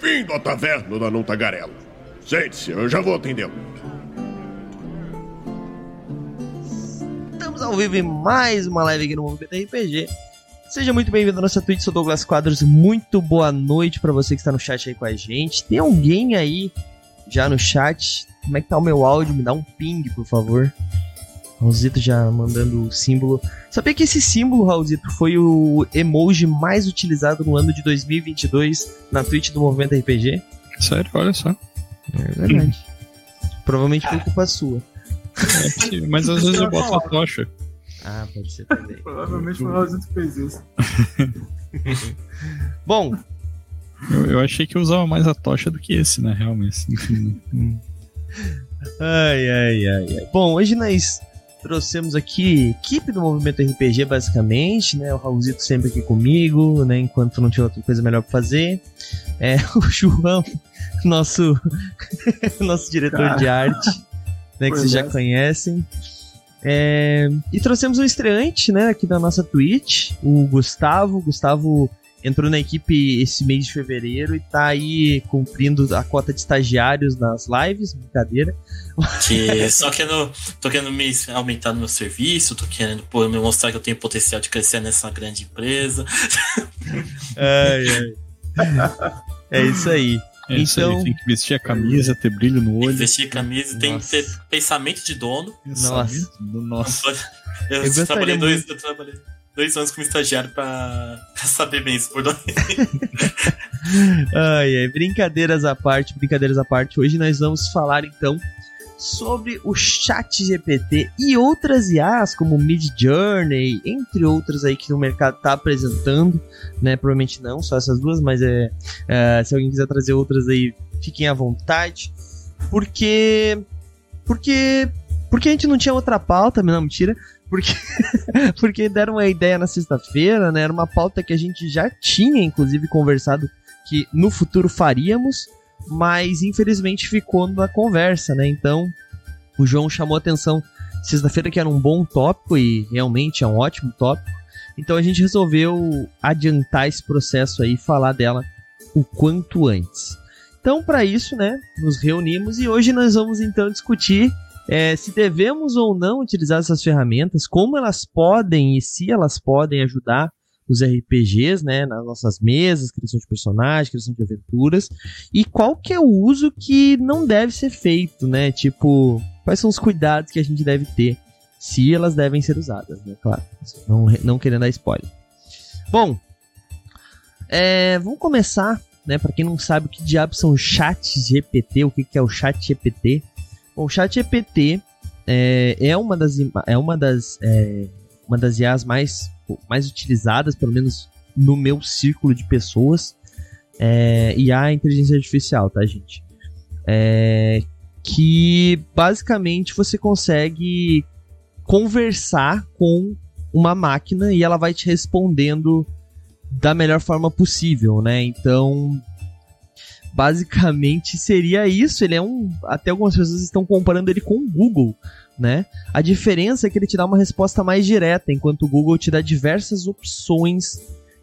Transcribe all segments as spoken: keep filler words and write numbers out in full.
Bem-vindo à taverna da Não Tagarela. Sente-se, eu já vou atendê-lo. Estamos ao vivo em mais uma live aqui no Movimento R P G. Seja muito bem-vindo à nossa Twitch, sou Douglas Quadros. Muito boa noite pra você que está no chat aí com a gente. Tem alguém aí já no chat? Como é que tá o meu áudio? Me dá um ping, por favor. Raulzito já mandando o símbolo. Sabia que esse símbolo, Raulzito, foi o emoji mais utilizado no ano de dois mil e vinte e dois na Twitch do Movimento R P G? Sério? Olha só. É verdade. Hum. Provavelmente foi culpa sua. É, sim, mas às vezes eu boto a tocha. Ah, pode ser também. Provavelmente foi o Raulzito que fez isso. Bom, eu, eu achei que eu usava mais a tocha do que esse, né? Realmente. Enfim. Ai, ai, ai, ai. Bom, hoje nós trouxemos aqui equipe do Movimento R P G, basicamente, né? O Raulzito sempre aqui comigo, né? Enquanto não tinha outra coisa melhor pra fazer. É, o João, nosso, nosso diretor Cara. de arte, né? Que vocês já conhecem. É, e trouxemos um estreante, né? Aqui da nossa Twitch, o Gustavo. O Gustavo entrou na equipe esse mês de fevereiro e tá aí cumprindo a cota de estagiários nas lives, brincadeira. Que só querendo, tô querendo me aumentar no meu serviço, tô querendo pô, me mostrar que eu tenho potencial de crescer nessa grande empresa. Ai, ai. É isso aí. É isso então, aí, tem que vestir a camisa, ter brilho no olho. Tem que vestir a camisa, tem que ter pensamento de dono. Nossa. Nossa. Eu, eu, trabalhei dois, eu trabalhei dois anos como estagiário pra, pra saber bem isso por dois. Ai, ai, brincadeiras à parte, brincadeiras à parte. Hoje nós vamos falar então sobre o ChatGPT e outras I As como Midjourney, entre outras aí que o mercado está apresentando, né? Provavelmente não, só essas duas, mas é, é, se alguém quiser trazer outras aí, fiquem à vontade. Porque, porque, porque a gente não tinha outra pauta, não, mentira. Porque, porque deram uma ideia na sexta-feira, né? Era uma pauta que a gente já tinha, inclusive, conversado que no futuro faríamos, mas infelizmente ficou na conversa, né? Então, o João chamou a atenção sexta-feira que era um bom tópico e realmente é um ótimo tópico. Então a gente resolveu adiantar esse processo aí e falar dela o quanto antes. Então, para isso, né, nos reunimos e hoje nós vamos então discutir é, se devemos ou não utilizar essas ferramentas, como elas podem e se elas podem ajudar os R P Gs, né, nas nossas mesas, criação de personagens, criação de aventuras, e qual que é o uso que não deve ser feito, né, tipo, quais são os cuidados que a gente deve ter, se elas devem ser usadas, né, claro, não, não querendo dar spoiler. Bom, é, vamos começar, né, para quem não sabe o que diabos são ChatGPT, o que, que é o ChatGPT. Bom, o ChatGPT é, é uma das, é uma das, é, uma das I As mais mais utilizadas, pelo menos no meu círculo de pessoas, é, e a inteligência artificial, tá, gente? É, que basicamente você consegue conversar com uma máquina e ela vai te respondendo da melhor forma possível, né? Então, basicamente seria isso. Ele é um... Até algumas pessoas estão comparando ele com o Google, né? A diferença é que ele te dá uma resposta mais direta, enquanto o Google te dá diversas opções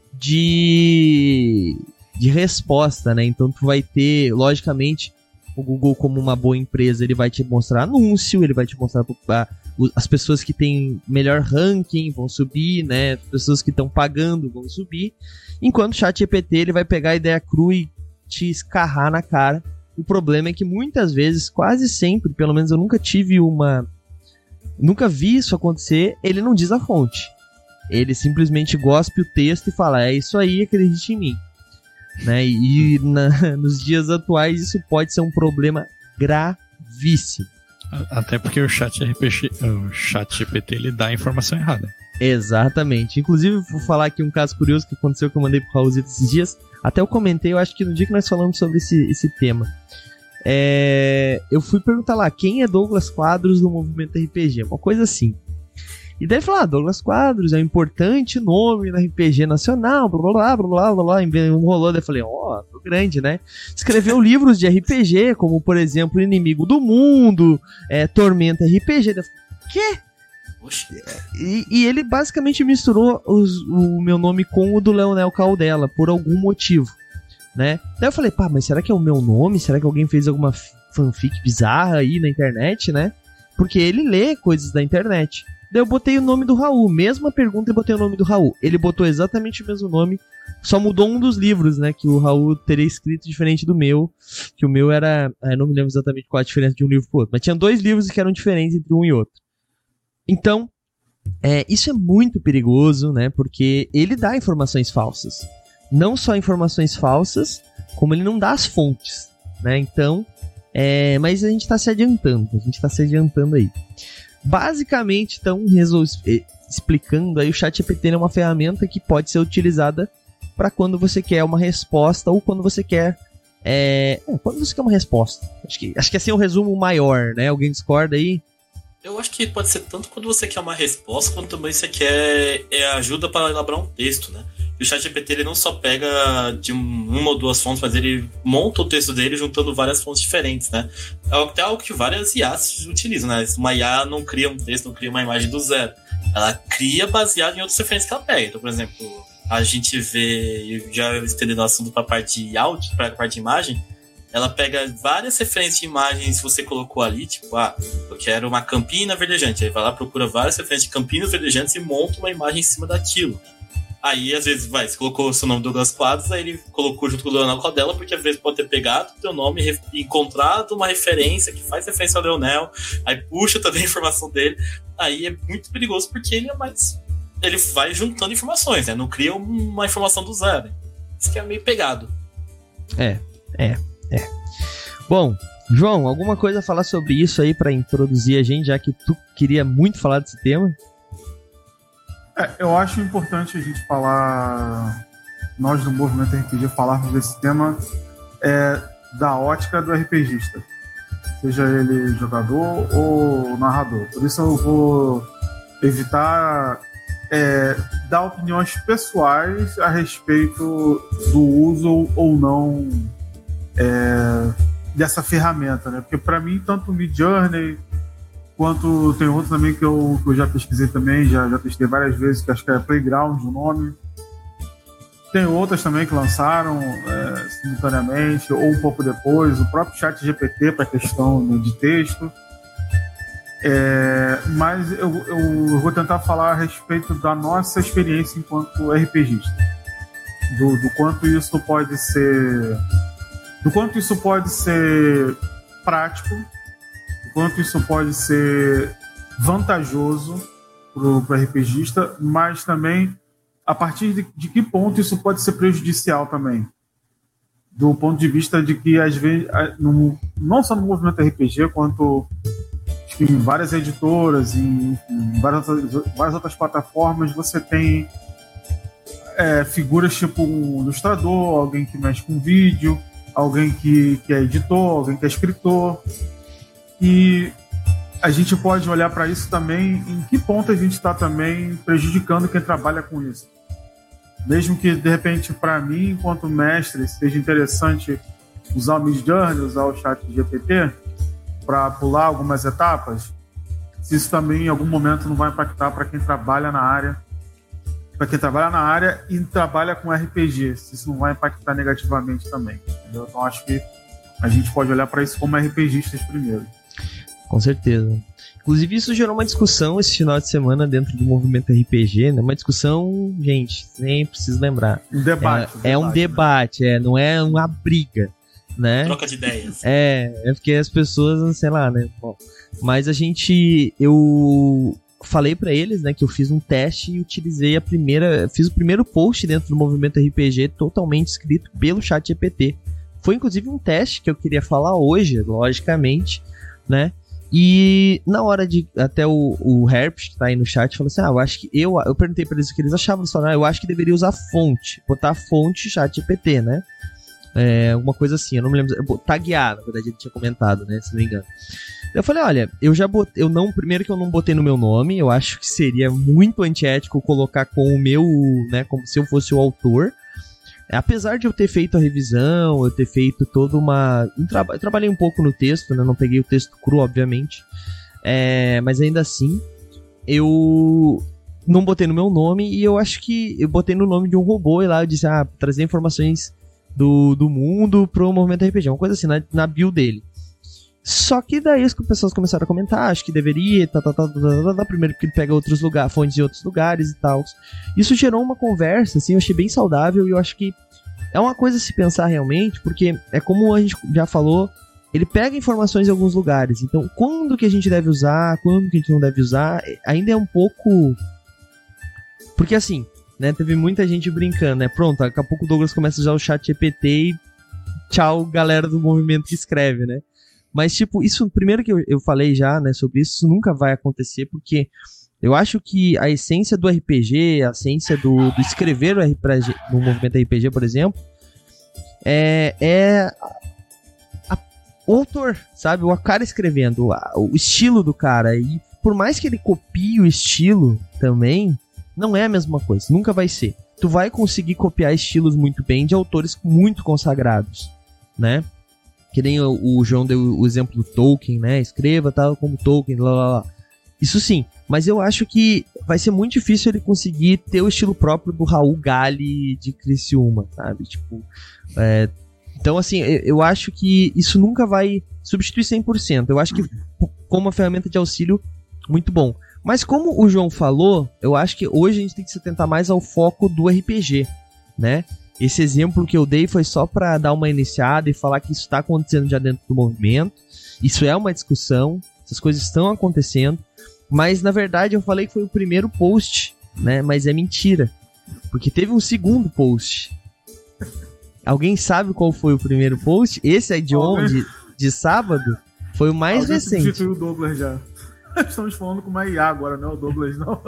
de, de resposta, né? Então tu vai ter, logicamente, o Google como uma boa empresa, ele vai te mostrar anúncio, ele vai te mostrar a, as pessoas que têm melhor ranking vão subir, né? As pessoas que estão pagando vão subir, enquanto o ChatGPT ele vai pegar a ideia crua e te escarrar na cara. O problema é que muitas vezes, quase sempre, pelo menos eu nunca tive uma... Nunca vi isso acontecer, ele não diz a fonte. Ele simplesmente gospe o texto e fala, é isso aí, acredite em mim. Né? E na, nos dias atuais isso pode ser um problema gravíssimo. Até porque o chat R P G, o ChatGPT, ele dá a informação errada. Exatamente. Inclusive, vou falar aqui um caso curioso que aconteceu, que eu mandei pro Raulzito esses dias. Até eu comentei, eu acho que no dia que nós falamos sobre esse, esse tema. É, eu fui perguntar lá, quem é Douglas Quadros no Movimento R P G? Uma coisa assim. E daí falar, ah, Douglas Quadros é um importante nome no R P G nacional, blá blá blá blá blá blá, enrolou. Daí eu falei, ó, oh, tô grande, né? Escreveu livros de R P G, como por exemplo, Inimigo do Mundo, é, Tormenta R P G. Daí eu falei, quê? E, e ele basicamente misturou os, o meu nome com o do Leonel Caldela, por algum motivo. né? Daí eu falei, pá, mas será que é o meu nome? Será que alguém fez alguma fanfic bizarra aí na internet, né? Porque ele lê coisas da internet. Daí eu botei o nome do Raul, mesma pergunta e botei o nome do Raul. Ele botou exatamente o mesmo nome, só mudou um dos livros, né? Que o Raul teria escrito diferente do meu. Que o meu era... Eu não me lembro exatamente qual a diferença de um livro pro outro. Mas tinha dois livros que eram diferentes entre um e outro. Então, é, isso é muito perigoso, né? Porque ele dá informações falsas. Não só informações falsas, como ele não dá as fontes, né? Então, é, mas a gente tá se adiantando. A gente tá se adiantando aí. Basicamente, estão resol... explicando aí, o ChatGPT é uma ferramenta que pode ser utilizada para quando você quer uma resposta ou quando você quer... É... É, quando você quer uma resposta. Acho que, acho que assim é um resumo maior, né? Alguém discorda aí? Eu acho que pode ser tanto quando você quer uma resposta, quanto também você quer é, ajuda para elaborar um texto, né? E o ChatGPT ele não só pega de uma ou duas fontes, mas ele monta o texto dele juntando várias fontes diferentes, né? É até algo que várias I As utilizam, né? Uma I A não cria um texto, não cria uma imagem do zero. Ela cria baseado em outras referências que ela pega. Então, por exemplo, a gente vê, já estendendo o assunto para a parte de áudio, para a parte de imagem, ela pega várias referências de imagens que você colocou ali, tipo, ah, eu quero uma campina verdejante. Aí vai lá, procura várias referências de campinas verdejantes e monta uma imagem em cima daquilo. Aí, às vezes, vai, você colocou o seu nome Douglas Quadros, aí ele colocou junto com o Leonel Caldela, porque às vezes pode ter pegado o teu nome e encontrado uma referência que faz referência ao Leonel, aí puxa também a informação dele. Aí é muito perigoso, porque ele é mais... Ele vai juntando informações, né? Não cria uma informação do zero. Isso que é meio pegado. É, é, é. Bom, João, alguma coisa a falar sobre isso aí pra introduzir a gente, já que tu queria muito falar desse tema? É, eu acho importante a gente falar, nós do Movimento R P G, falarmos desse tema é, da ótica do RPGista, seja ele jogador ou narrador. Por isso eu vou evitar é, dar opiniões pessoais a respeito do uso ou não é, dessa ferramenta, né? Porque para mim, tanto o Midjourney quanto tem outro também que eu, que eu já pesquisei também, já, já testei várias vezes, que acho que é Playground o nome. Tem outras também que lançaram é, simultaneamente, ou um pouco depois, o próprio ChatGPT para questão, né, de texto. É, mas eu, eu vou tentar falar a respeito da nossa experiência enquanto RPGista. Do, do quanto isso pode ser... Do quanto isso pode ser prático, quanto isso pode ser vantajoso para o RPGista, mas também a partir de, de que ponto isso pode ser prejudicial também. Do ponto de vista de que, às vezes, no, não só no movimento R P G, quanto em várias editoras, em, em várias, várias outras plataformas, você tem é, figuras tipo um ilustrador, alguém que mexe com vídeo, alguém que, que é editor, alguém que é escritor. E a gente pode olhar para isso também, em que ponto a gente está também prejudicando quem trabalha com isso. Mesmo que, de repente, para mim, enquanto mestre, seja interessante usar o Midjourney, usar o ChatGPT para pular algumas etapas, se isso também em algum momento não vai impactar para quem trabalha na área, para quem trabalha na área e trabalha com R P G, se isso não vai impactar negativamente também. Entendeu? Então, acho que a gente pode olhar para isso como RPGistas primeiro. Com certeza. Inclusive, isso gerou uma discussão esse final de semana dentro do movimento R P G, né? Uma discussão, gente, nem preciso lembrar. Um debate. É, é um debate, né? é, não é uma briga, né? Troca de ideias. É, é porque as pessoas, sei lá, né? Bom, mas a gente, eu falei pra eles, né, que eu fiz um teste e utilizei a primeira, fiz o primeiro post dentro do movimento R P G totalmente escrito pelo ChatGPT. Foi inclusive um teste que eu queria falar hoje, logicamente, né? E na hora de, até o, o Herpes, que tá aí no chat, falou assim, ah, eu acho que, eu, eu perguntei pra eles o que eles achavam, eles falaram, ah, eu acho que deveria usar fonte, botar fonte ChatGPT, né, é, alguma coisa assim, eu não me lembro, taguear, na verdade ele tinha comentado, né, se não me engano. Eu falei, olha, eu já botei, eu não, primeiro que eu não botei no meu nome, eu acho que seria muito antiético colocar com o meu, né, como se eu fosse o autor. Apesar de eu ter feito a revisão, eu ter feito toda uma... Um tra... Eu trabalhei um pouco no texto, né? Não peguei o texto cru, obviamente. É... Mas ainda assim, eu não botei no meu nome e eu acho que eu botei no nome de um robô e lá eu disse, ah, trazer informações do, do mundo pro movimento R P G, uma coisa assim, na, na bio dele. Só que daí as pessoas começaram a comentar, acho que deveria, tá, tá, tá, tá, tá, tá, primeiro porque ele pega outros lugares, fontes de outros lugares e tal. Isso gerou uma conversa, assim, eu achei bem saudável e eu acho que é uma coisa a se pensar realmente, porque é como a gente já falou, ele pega informações de alguns lugares, então quando que a gente deve usar, quando que a gente não deve usar, ainda é um pouco... Porque assim, né, teve muita gente brincando, né, pronto, daqui a pouco o Douglas começa a usar o chat G P T e tchau galera do movimento que escreve, né. Mas, tipo, isso, primeiro que eu, eu falei já, né, sobre isso, isso nunca vai acontecer, porque eu acho que a essência do R P G, a essência do, do escrever o R P G, no movimento R P G, por exemplo, é, é a, a, o autor, sabe? O cara escrevendo, a, o estilo do cara. E por mais que ele copie o estilo também, não é a mesma coisa, nunca vai ser. Tu vai conseguir copiar estilos muito bem de autores muito consagrados, né? Que nem o, o João deu o exemplo do Tolkien, né? Escreva tal como Tolkien, lá, lá, lá. Isso sim, mas eu acho que vai ser muito difícil ele conseguir ter o estilo próprio do Raul Gali de Criciúma, sabe? Tipo, é... Então, assim, eu, eu acho que isso nunca vai substituir cem por cento. Eu acho que como uma ferramenta de auxílio, muito bom. Mas como o João falou, eu acho que hoje a gente tem que se atentar mais ao foco do R P G, né? Esse exemplo que eu dei foi só para dar uma iniciada e falar que isso está acontecendo já dentro do movimento. Isso é uma discussão, essas coisas estão acontecendo, mas na verdade eu falei que foi o primeiro post, né? Mas é mentira, porque teve um segundo post. Alguém sabe qual foi o primeiro post? Esse aí de ontem, de, de sábado, foi o mais Alguém recente. substituiu o Douglas já. Estamos falando com uma I A agora, não é o Douglas, não.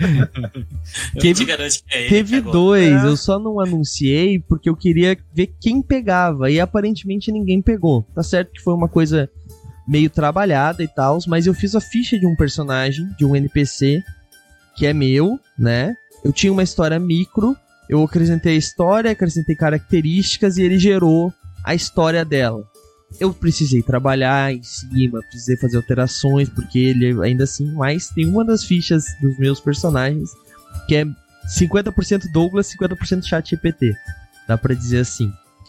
Teve, é ele teve agora. dois, É. eu só não anunciei porque eu queria ver quem pegava, e aparentemente ninguém pegou. Tá certo que foi uma coisa meio trabalhada e tal, mas eu fiz a ficha de um personagem, de um N P C, que é meu, né? Eu tinha uma história micro, eu acrescentei a história, acrescentei características e ele gerou a história dela. Eu precisei trabalhar em cima, precisei fazer alterações, porque ele ainda assim, mas tem uma das fichas dos meus personagens que é cinquenta por cento Douglas, cinquenta por cento chat G P T. Dá pra dizer assim.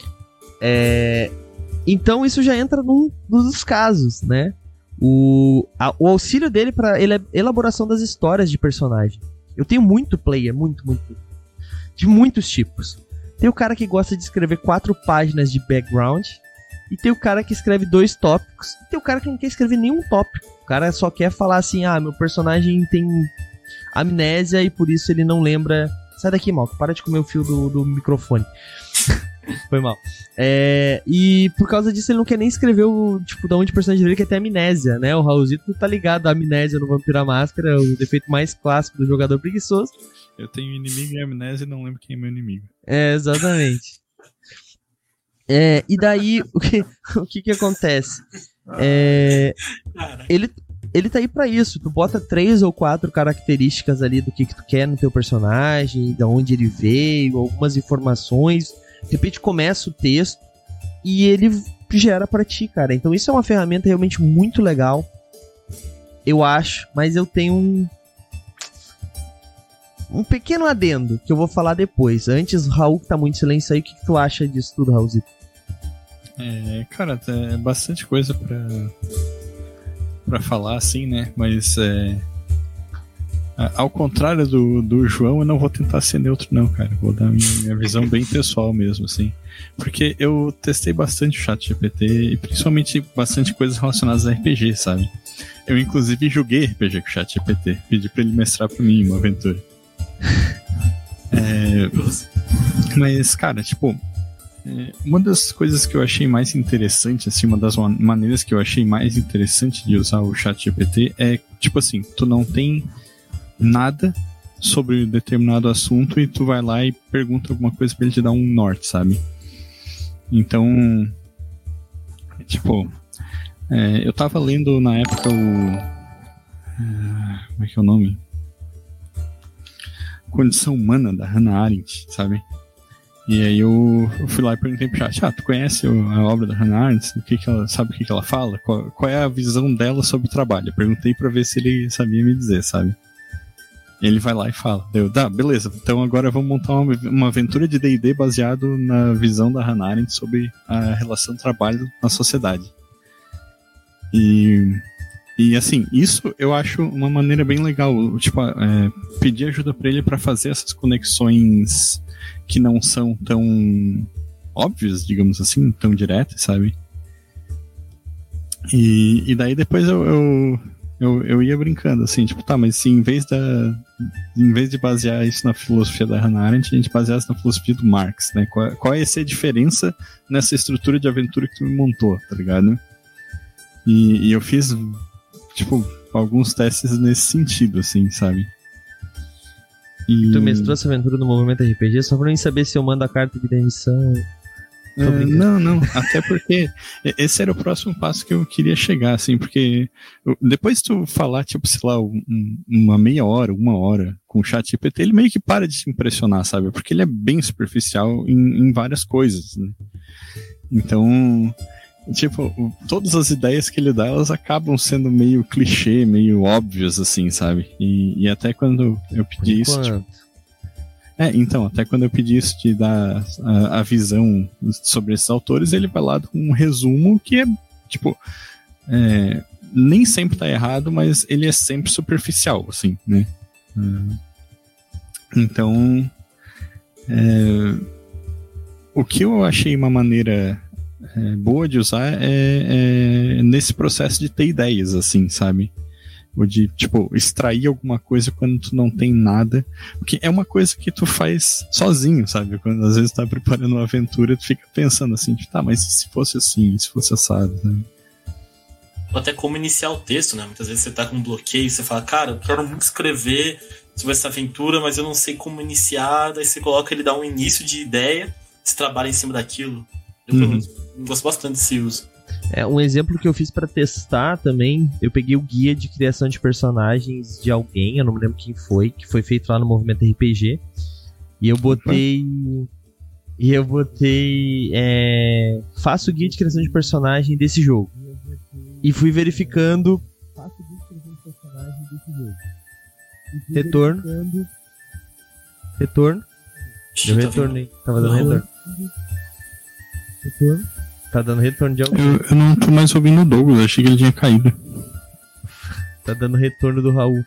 É... Então isso já entra num dos casos, né? O, a, o auxílio dele pra ele, elaboração das histórias de personagem. Eu tenho muito player, muito, muito. De muitos tipos. Tem o cara que gosta de escrever quatro páginas de background. E tem o cara que escreve dois tópicos. E tem o cara que não quer escrever nenhum tópico. O cara só quer falar assim, ah, meu personagem tem amnésia e por isso ele não lembra... Sai daqui, Malco, para de comer o fio do, do microfone. Foi mal. É, e por causa disso ele não quer nem escrever o tipo, da onde o personagem dele quer ter amnésia, né? O Raulzito tá ligado à amnésia no Vampiro à Máscara, o defeito mais clássico do jogador preguiçoso. Eu tenho inimigo e amnésia e não lembro quem é meu inimigo. É, exatamente. É, e daí, o que, o que que acontece? É, ele, ele tá aí pra isso. Tu bota três ou quatro características ali do que, que tu quer no teu personagem, de onde ele veio, algumas informações. De repente começa o texto e ele gera pra ti, cara. Então isso é uma ferramenta realmente muito legal, eu acho, mas eu tenho um um pequeno adendo que eu vou falar depois. Antes, o Raul, que tá muito em silêncio aí, o que, que tu acha disso tudo, Raulzito? É, cara, é bastante coisa pra, pra falar, assim, né? Mas, é, ao contrário do, do João, eu não vou tentar ser neutro, não, cara. Vou dar minha, minha visão bem pessoal mesmo, assim. Porque eu testei bastante o chat G P T e principalmente bastante coisas relacionadas a R P G, sabe? Eu, inclusive, joguei R P G com o chat G P T. Pedi pra ele mestrar pra mim uma aventura. É, mas, cara, tipo, é, uma das coisas que eu achei mais interessante, assim, uma das maneiras que eu achei mais interessante de usar o chat G P T é, tipo assim, tu não tem nada sobre determinado assunto e tu vai lá e pergunta alguma coisa pra ele te dar um norte, sabe? Então, tipo, é, eu tava lendo na época o... Uh, como é que é o nome? Condição Humana, da Hannah Arendt, sabe? E aí eu, eu fui lá e perguntei pro chat, ah, tu conhece a obra da Hannah Arendt? O que que ela, sabe o que que ela fala? Qual, qual é a visão dela sobre o trabalho? Eu perguntei pra ver se ele sabia me dizer, sabe? Ele vai lá e fala, deu, tá, beleza, então agora vamos montar uma, uma aventura de D e D baseado na visão da Hannah Arendt sobre a relação do trabalho na sociedade. E, e assim, isso eu acho uma maneira bem legal, tipo, é, pedir ajuda pra ele pra fazer essas conexões que não são tão óbvias, digamos assim, tão diretas, sabe? E, e daí depois eu, eu, eu, eu ia brincando, assim, tipo, tá, mas se em vez, da, em vez de basear isso na filosofia da Hannah Arendt, a gente baseasse na filosofia do Marx, né? Qual, qual ia ser a diferença nessa estrutura de aventura que tu me montou, tá ligado? E, e eu fiz, tipo, alguns testes nesse sentido, assim, sabe? E... Tu mestrou essa aventura no movimento R P G só pra mim saber se eu mando a carta de demissão... Uh, não, não, até porque esse era o próximo passo que eu queria chegar, assim, porque depois de tu falar, tipo, sei lá, um, uma meia hora, uma hora com o ChatGPT, ele meio que para de te impressionar, sabe? Porque ele é bem superficial em, em várias coisas, né? Então, tipo, todas as ideias que ele dá, elas acabam sendo meio clichê, meio óbvias, assim, sabe? E, e até quando eu pedi isso, tipo, É, então, até quando eu pedi isso de dar a, a visão sobre esses autores, ele vai lá com um resumo que é, tipo, é, nem sempre tá errado, mas ele é sempre superficial, assim, né? Então, é, o que eu achei uma maneira é, boa de usar é, é nesse processo de ter ideias, assim, sabe? Ou de, tipo, extrair alguma coisa quando tu não tem nada. Porque é uma coisa que tu faz sozinho, sabe? Quando às vezes tu tá preparando uma aventura, tu fica pensando assim, tipo, tá, mas se fosse assim, se fosse assado, sabe? Ou até como iniciar o texto, né? Muitas vezes você tá com um bloqueio, você fala, cara, eu quero muito escrever sobre essa aventura, mas eu não sei como iniciar. Daí você coloca, ele dá um início de ideia, você trabalha em cima daquilo. Eu, uhum. pelo menos, gosto bastante desse uso. É, um exemplo que eu fiz pra testar também, eu peguei o guia de criação de personagens de alguém, eu não me lembro quem foi, que foi feito lá no Movimento R P G, e eu botei e eu botei é, faço o guia de criação de personagem desse jogo, e fui verificando faço o guia de criação de personagem desse jogo, retorno retorno eu retornei, tava dando retorno retorno Tá dando retorno de alguém. Eu, eu não tô mais ouvindo o Douglas, achei que ele tinha caído. Tá dando retorno do Raul.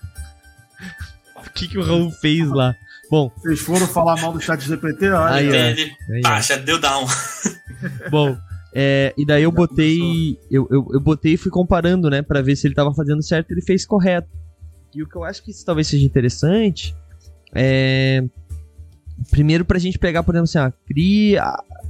O que que o Raul fez lá? Bom... Vocês foram falar mal do chat G P T? Olha aí, ele... aí, ah, já deu down. Bom, é, e daí eu botei... Eu, eu, eu botei e fui comparando, né? Pra ver se ele tava fazendo certo e ele fez correto. E o que eu acho que isso talvez seja interessante é... Primeiro pra gente pegar, por exemplo, assim, ó, cria...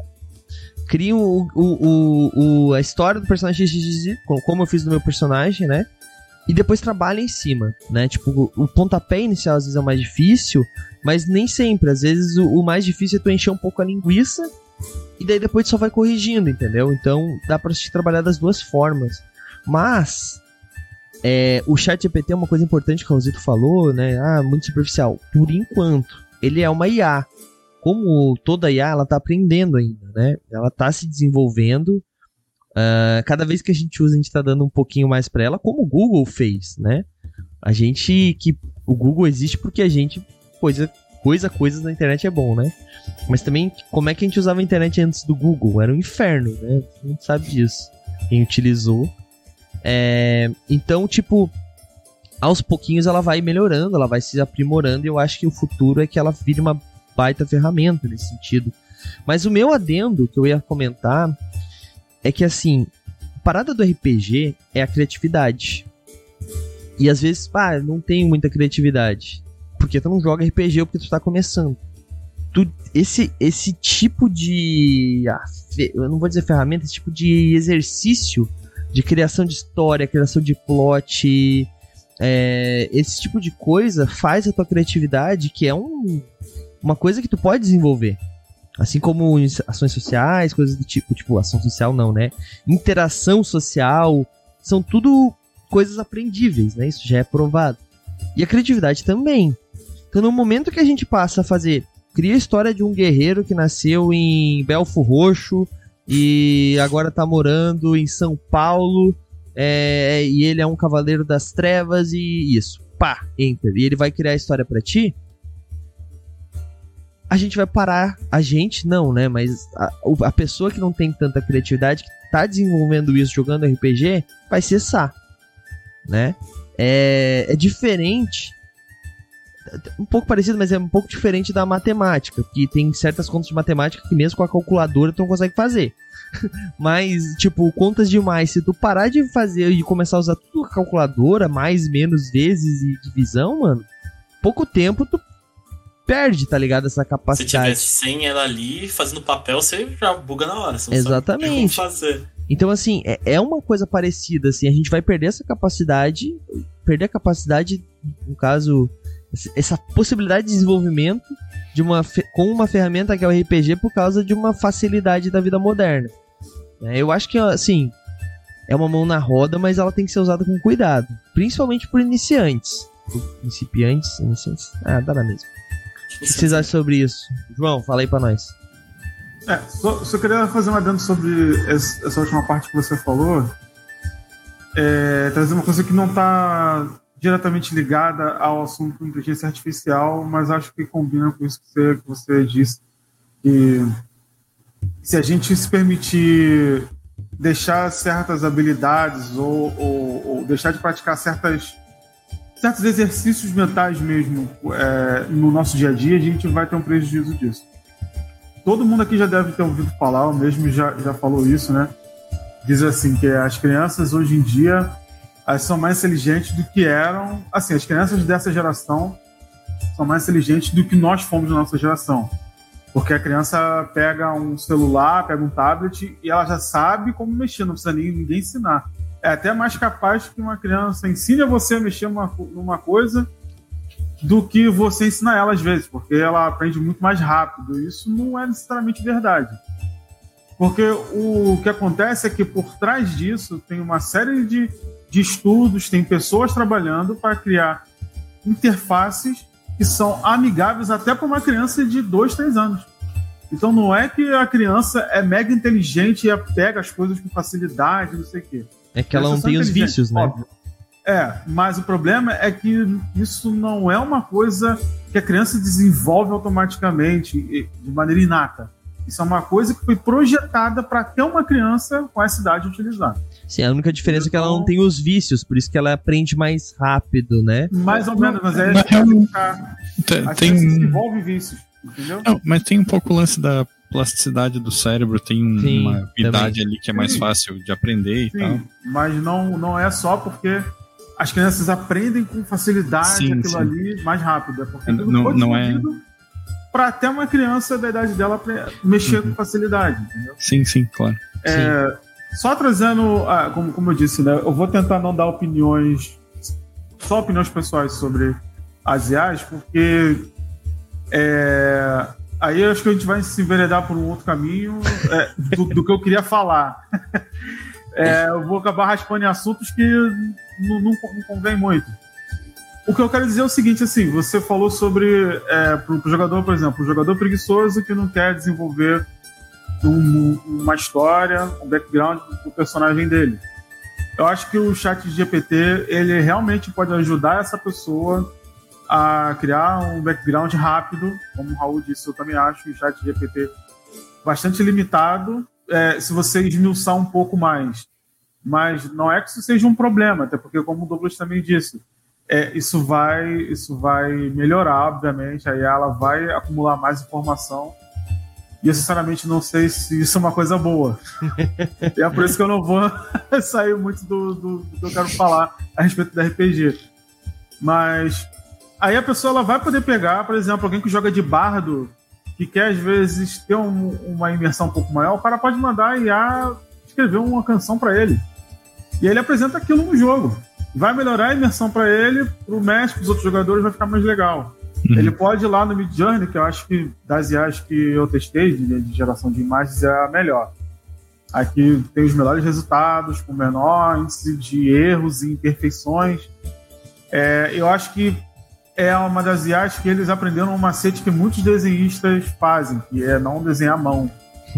Cria o, o, o, a história do personagem X X X, como eu fiz no meu personagem, né? E depois trabalha em cima, né? Tipo, o, o pontapé inicial às vezes é o mais difícil, mas nem sempre. Às vezes o, o mais difícil é tu encher um pouco a linguiça e daí depois tu só vai corrigindo, entendeu? Então dá pra gente trabalhar das duas formas. Mas é, o ChatGPT é uma coisa importante que o Raulzito falou, né? Ah, muito superficial. Por enquanto, ele é uma I A. Como toda I A, ela tá aprendendo ainda, né? Ela tá se desenvolvendo. Uh, cada vez que a gente usa, a gente tá dando um pouquinho mais pra ela, como o Google fez, né? A gente... que o Google existe porque a gente... Coisa, coisa, coisas na internet é bom, né? Mas também, como é que a gente usava a internet antes do Google? Era um inferno, né? A gente sabe disso. Quem utilizou. É, então, tipo... Aos pouquinhos ela vai melhorando, ela vai se aprimorando, e eu acho que o futuro é que ela vire uma baita ferramenta nesse sentido. Mas o meu adendo que eu ia comentar é que, assim, a parada do R P G é a criatividade. E às vezes, pá, não tem muita criatividade. Porque tu não joga R P G ou porque tu tá começando. Tu, esse, esse tipo de... Ah, fe, eu não vou dizer ferramenta, esse tipo de exercício de criação de história, criação de plot... É, esse tipo de coisa faz a tua criatividade, que é um... uma coisa que tu pode desenvolver. Assim como ações sociais, coisas do tipo, tipo, ação social não, né? Interação social, são tudo coisas aprendíveis, né? Isso já é provado. E a criatividade também. Então, no momento que a gente passa a fazer, cria a história de um guerreiro que nasceu em Belfo Roxo e agora tá morando em São Paulo, é, e ele é um cavaleiro das trevas e isso. pá, enter, e ele vai criar a história pra ti, a gente vai parar, a gente não, né, mas a, a pessoa que não tem tanta criatividade, que tá desenvolvendo isso, jogando R P G, vai cessar, né? É, é diferente, um pouco parecido, mas é um pouco diferente da matemática, que tem certas contas de matemática que mesmo com a calculadora tu não consegue fazer. Mas, tipo, contas demais, se tu parar de fazer e começar a usar tudo a calculadora, mais, menos vezes e divisão, mano, pouco tempo tu perde, tá ligado? Essa capacidade. Se tivesse sem ela ali, fazendo papel, você já buga na hora. Você não Exatamente. sabe como fazer. Então, assim, é, é uma coisa parecida, assim, a gente vai perder essa capacidade, perder a capacidade, no caso, essa possibilidade de desenvolvimento de uma, com uma ferramenta que é o R P G por causa de uma facilidade da vida moderna. É, eu acho que, assim, é uma mão na roda, mas ela tem que ser usada com cuidado, principalmente por iniciantes. Por principiantes, iniciantes, ah, dá na mesma. O que vocês acham sobre isso? João, fala aí pra nós. É, só, só queria fazer um adendo sobre essa, essa última parte que você falou. É, trazer uma coisa que não está diretamente ligada ao assunto inteligência artificial, mas acho que combina com isso que você, que você disse. Que se a gente se permitir deixar certas habilidades ou, ou, ou deixar de praticar certas, certos exercícios mentais mesmo é, no nosso dia a dia, a gente vai ter um prejuízo disso. Todo mundo aqui já deve ter ouvido falar, o mesmo já, já falou isso, né? Diz assim, que as crianças hoje em dia elas são mais inteligentes do que eram... Assim, as crianças dessa geração são mais inteligentes do que nós fomos na nossa geração. Porque a criança pega um celular, pega um tablet e ela já sabe como mexer, não precisa nem ninguém ensinar. É até mais capaz que uma criança ensine a você a mexer numa, numa coisa do que você ensinar ela às vezes, porque ela aprende muito mais rápido. Isso não é necessariamente verdade. Porque o que acontece é que por trás disso tem uma série de, de estudos, tem pessoas trabalhando para criar interfaces que são amigáveis até para uma criança de dois, três anos. Então não é que a criança é mega inteligente e pega as coisas com facilidade, não sei o quê. É que ela não tem os vícios, né? Óbvio. É, mas o problema é que isso não é uma coisa que a criança desenvolve automaticamente, de maneira inata. Isso é uma coisa que foi projetada para ter uma criança com essa idade utilizar. Sim, a única diferença então, é que ela não tem os vícios, por isso que ela aprende mais rápido, né? Mais ou menos, mas é... Mas é um... a tem... criança desenvolve vícios, entendeu? Não, mas tem um pouco o lance da plasticidade do cérebro, tem um, Sim, uma idade também. ali que é mais Sim. fácil de aprender e Sim, tal. mas não, não é só porque as crianças aprendem com facilidade Sim, aquilo sim. ali mais rápido. É porque aquilo Não- foi não é- desenvolvido para até uma criança da idade dela apre- mexer Uhum. com facilidade, entendeu? Sim, sim, claro. É, só trazendo, ah, como, como eu disse, né, eu vou tentar não dar opiniões, só opiniões pessoais sobre as I As, porque é, aí eu acho que a gente vai se enveredar por um outro caminho é, do, do que eu queria falar. É, eu vou acabar raspando em assuntos que não, não, não convém muito. O que eu quero dizer é o seguinte, assim, você falou sobre, é, pro, pro jogador, por exemplo, o jogador preguiçoso que não quer desenvolver um, uma história, um background pro personagem dele. Eu acho que o chat G P T, ele realmente pode ajudar essa pessoa a criar um background rápido, como o Raul disse, eu também acho o chat G P T bastante limitado, é, se você esmiuçar um pouco mais. Mas não é que isso seja um problema, até porque, como o Douglas também disse, é, isso, vai, isso vai melhorar, obviamente, aí ela vai acumular mais informação. E eu, sinceramente, não sei se isso é uma coisa boa. E é por isso que eu não vou sair muito do, do, do que eu quero falar a respeito da R P G. Mas aí a pessoa ela vai poder pegar, por exemplo, alguém que joga de bardo, que quer, às vezes, ter um, uma imersão um pouco maior, o cara pode mandar a I A escrever uma canção para ele. E ele apresenta aquilo no jogo. Vai melhorar a imersão para ele, pro mestre, pros outros jogadores, vai ficar mais legal. Uhum. Ele pode ir lá no Midjourney, que eu acho que das I As que eu testei, de, de geração de imagens, é a melhor. Aqui tem os melhores resultados, com menor índice de erros e imperfeições. É, eu acho que é uma das I As que eles aprenderam um macete que muitos desenhistas fazem, que é não desenhar à mão.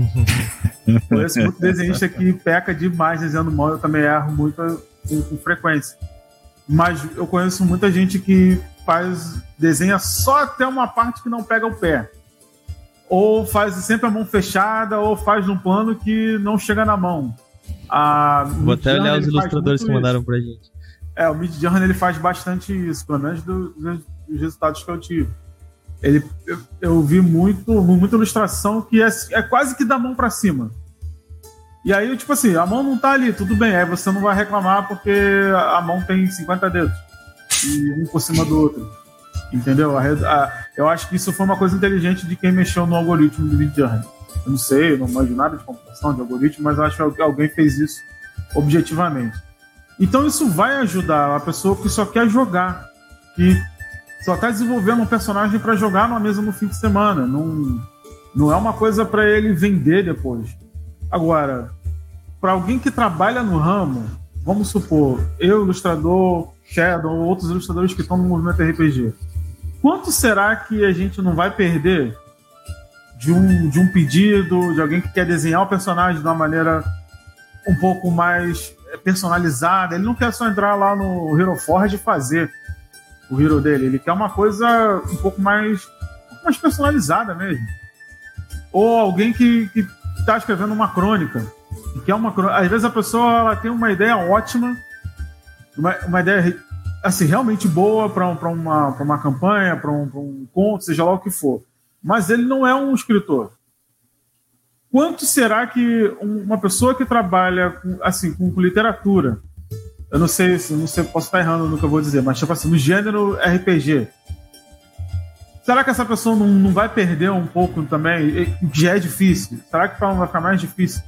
Eu conheço muito desenhista que peca demais desenhando mão, eu também erro muito com, com frequência. mas eu conheço muita gente que faz, desenha só até uma parte que não pega o pé. Ou faz sempre a mão fechada, ou faz num plano que não chega na mão. A Vou até olhar os ilustradores que mandaram pra gente. É, o Midjourney ele faz bastante isso, pelo menos do, do, dos resultados que eu tive. Ele, eu, eu vi muito, muita ilustração que é, é quase que da mão pra cima. E aí, tipo assim, a mão não tá ali, tudo bem, aí você não vai reclamar porque a mão tem cinquenta dedos e um por cima do outro, entendeu? A, a, eu acho que isso foi uma coisa inteligente de quem mexeu no algoritmo do Midjourney. Eu não sei, eu não manjo nada de computação, de algoritmo, mas eu acho que alguém fez isso objetivamente. Então isso vai ajudar a pessoa que só quer jogar, que só tá desenvolvendo um personagem para jogar numa mesa no fim de semana, não, não é uma coisa para ele vender depois. Agora, para alguém que trabalha no ramo, vamos supor, eu, ilustrador, Shadow, ou outros ilustradores que estão no movimento R P G, quanto será que a gente não vai perder de um, de um pedido, de alguém que quer desenhar o personagem de uma maneira um pouco mais personalizada? Ele não quer só entrar lá no Hero Forge e fazer o hero dele, ele quer uma coisa um pouco mais, um pouco mais personalizada mesmo. Ou alguém que, que está escrevendo uma crônica, que é uma crônica. Às vezes a pessoa ela tem uma ideia ótima, uma, uma ideia assim, realmente boa para uma, uma campanha, para um, um conto, seja lá o que for, mas ele não é um escritor. Quanto será que uma pessoa que trabalha com, assim, com literatura, eu não sei se não sei, posso estar errando no que eu vou dizer, mas tipo assim, no gênero R P G, será que essa pessoa não, não vai perder um pouco também? Já é difícil. Será que não vai ficar mais difícil?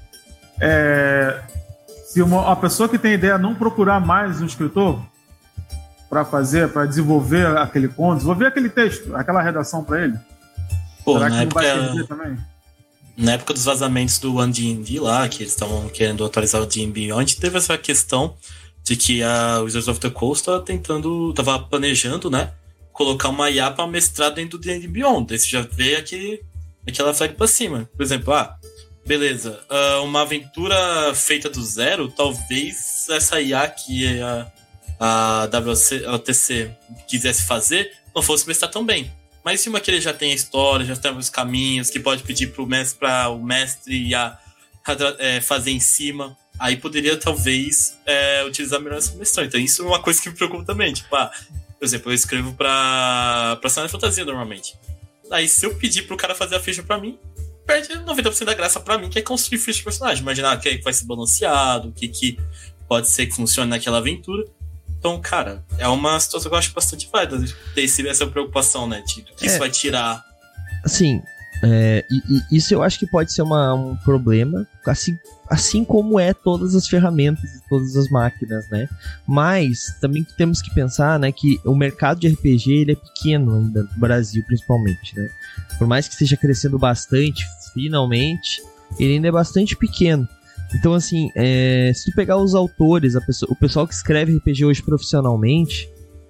É, se uma, a pessoa que tem ideia não procurar mais um escritor para fazer, para desenvolver aquele conto, desenvolver aquele texto, aquela redação para ele? Pô, será que não época, vai perder também? Na época dos vazamentos do One D and D lá, que eles estavam querendo atualizar o D and D Beyond, teve essa questão de que a Wizards of the Coast estava tentando, estava planejando, né, colocar uma I A para mestrar dentro do D and D Beyond. Aí você já vê aquele, aquela flag para cima. Por exemplo, ah, beleza, uh, uma aventura feita do zero, talvez essa I A que a, a W C, a T C quisesse fazer não fosse mestrar tão bem. Mas se uma que ele já tem a história, já tem os caminhos, que pode pedir para o mestre, pra o mestre e a, é, fazer em cima, aí poderia talvez é, utilizar melhor essa mestragem. Então isso é uma coisa que me preocupa também. Tipo, ah, por exemplo, eu escrevo pra, pra cenário de fantasia normalmente. Aí se eu pedir pro cara fazer a ficha pra mim, perde noventa por cento da graça pra mim, que é construir ficha de personagem. Imaginar o que vai ser balanceado, o que, que pode ser que funcione naquela aventura. Então, cara, é uma situação que eu acho bastante válida ter essa preocupação, né? De que é, isso vai tirar. Assim, é, e, e isso eu acho que pode ser uma, um problema, assim, assim como é todas as ferramentas e todas as máquinas, né? Mas também temos que pensar, né, que o mercado de R P G ele é pequeno ainda, no Brasil principalmente, né? Por mais que esteja crescendo bastante, finalmente, ele ainda é bastante pequeno. Então, assim, é, se tu pegar os autores, a pessoa, o pessoal que escreve R P G hoje profissionalmente,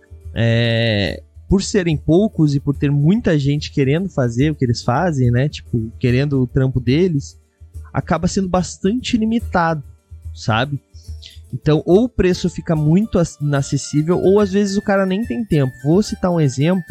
é, por serem poucos e por ter muita gente querendo fazer o que eles fazem, né? Tipo, querendo o trampo deles, acaba sendo bastante limitado, sabe? Então, ou o preço fica muito inacessível, ou às vezes o cara nem tem tempo. Vou citar um exemplo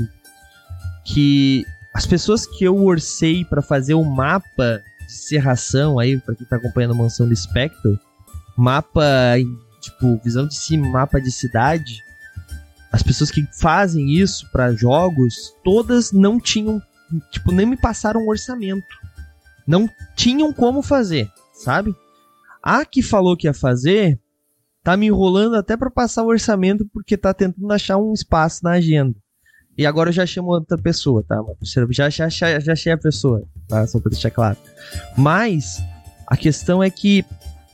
que as pessoas que eu orcei para fazer o mapa serração aí, pra quem tá acompanhando a Mansão do Spectre, mapa, tipo, visão de cima, mapa de cidade, as pessoas que fazem isso pra jogos, todas não tinham, tipo, nem me passaram um orçamento. Não tinham como fazer, sabe? A que falou que ia fazer, tá me enrolando até pra passar o orçamento, porque tá tentando achar um espaço na agenda. E agora eu já chamo outra pessoa, tá? Já, já, já, já achei a pessoa, tá? Só pra deixar claro. Mas a questão é que...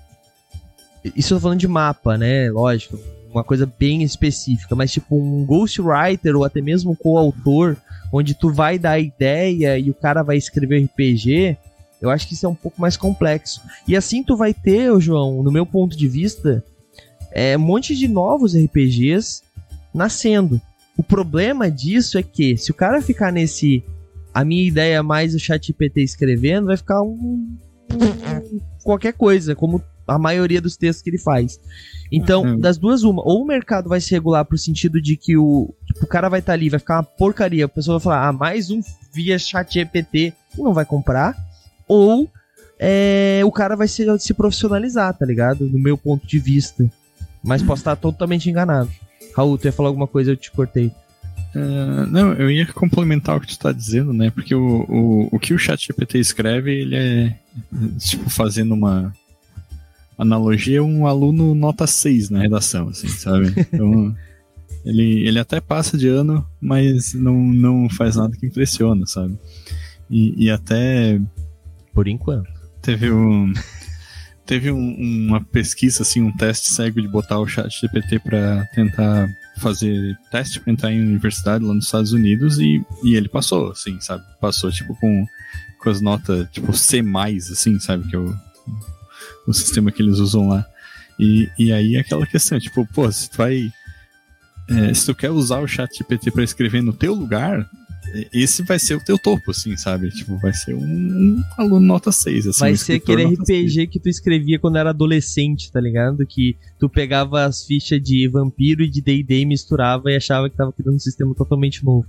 Isso eu tô falando de mapa, né? Lógico, uma coisa bem específica. Mas tipo um ghostwriter ou até mesmo um coautor, onde tu vai dar a ideia e o cara vai escrever R P G, eu acho que isso é um pouco mais complexo. E assim tu vai ter, João, no meu ponto de vista, é, um monte de novos R P Gs nascendo. O problema disso é que, se o cara ficar nesse... A minha ideia mais o ChatGPT escrevendo, vai ficar um... qualquer coisa, como a maioria dos textos que ele faz. Então, Uhum. das duas, uma. Ou o mercado vai se regular pro sentido de que o, tipo, o cara vai estar ali, vai ficar uma porcaria. A pessoa vai falar, ah, mais um via chat G P T e não vai comprar. Ou é, o cara vai se, se profissionalizar, tá ligado? No meu ponto de vista. Mas posso estar totalmente enganado. Raul, tu ia falar alguma coisa, eu te cortei. Uh, não, eu ia complementar o que tu tá dizendo, né? Porque o, o, o que o ChatGPT escreve, ele é, tipo, fazendo uma analogia, um aluno nota seis na redação, assim, sabe? Então, ele, ele até passa de ano, mas não, não faz nada que impressiona, sabe? E, e até... Por enquanto. Teve um... Teve um, uma pesquisa, assim, um teste cego de botar o ChatGPT para tentar fazer teste para entrar em universidade lá nos Estados Unidos e, e ele passou, assim, sabe? Passou, tipo, com, com as notas, tipo, C mais, assim, sabe? Que é o, o sistema que eles usam lá. E, e aí aquela questão, tipo, pô, se tu vai... É, se tu quer usar o ChatGPT para escrever no teu lugar... Esse vai ser o teu topo, assim, sabe? Tipo, vai ser um, um aluno nota seis, assim. Vai um ser aquele nota R P G seis. que tu escrevia quando era adolescente, tá ligado? Que tu pegava as fichas de vampiro e de D e D e misturava e achava que tava criando um sistema totalmente novo.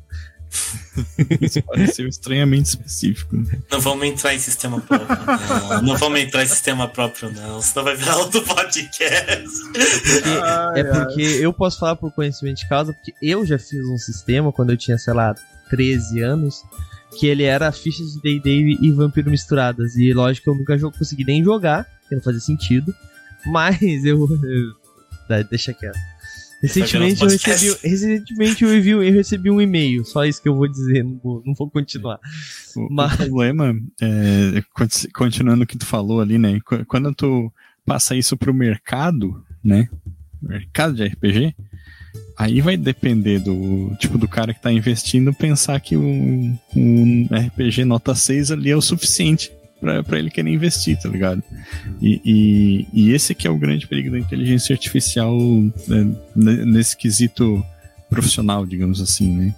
Isso pareceu estranhamente específico. Não vamos entrar em sistema próprio, não. Não vamos entrar em sistema próprio, não. Senão vai virar outro podcast. Porque, Ai, é porque eu posso falar por conhecimento de causa, porque eu já fiz um sistema quando eu tinha, sei lá, treze anos, que ele era fichas de D e D e vampiro misturadas. E lógico que eu nunca jo- consegui nem jogar, porque não fazia sentido. Mas eu... eu deixa quieto. Recentemente eu, recebi, recentemente eu recebi, eu recebi um e-mail, só isso que eu vou dizer, não vou, não vou continuar. O, Mas... o problema, é, continuando o que tu falou ali, né? Quando tu passa isso pro mercado, né? Mercado de R P G, aí vai depender do tipo do cara que tá investindo pensar que um, um R P G nota seis ali é o suficiente pra, pra ele querer investir, tá ligado? E, e, e esse que é o grande perigo da inteligência artificial, né, nesse quesito profissional, digamos assim, né?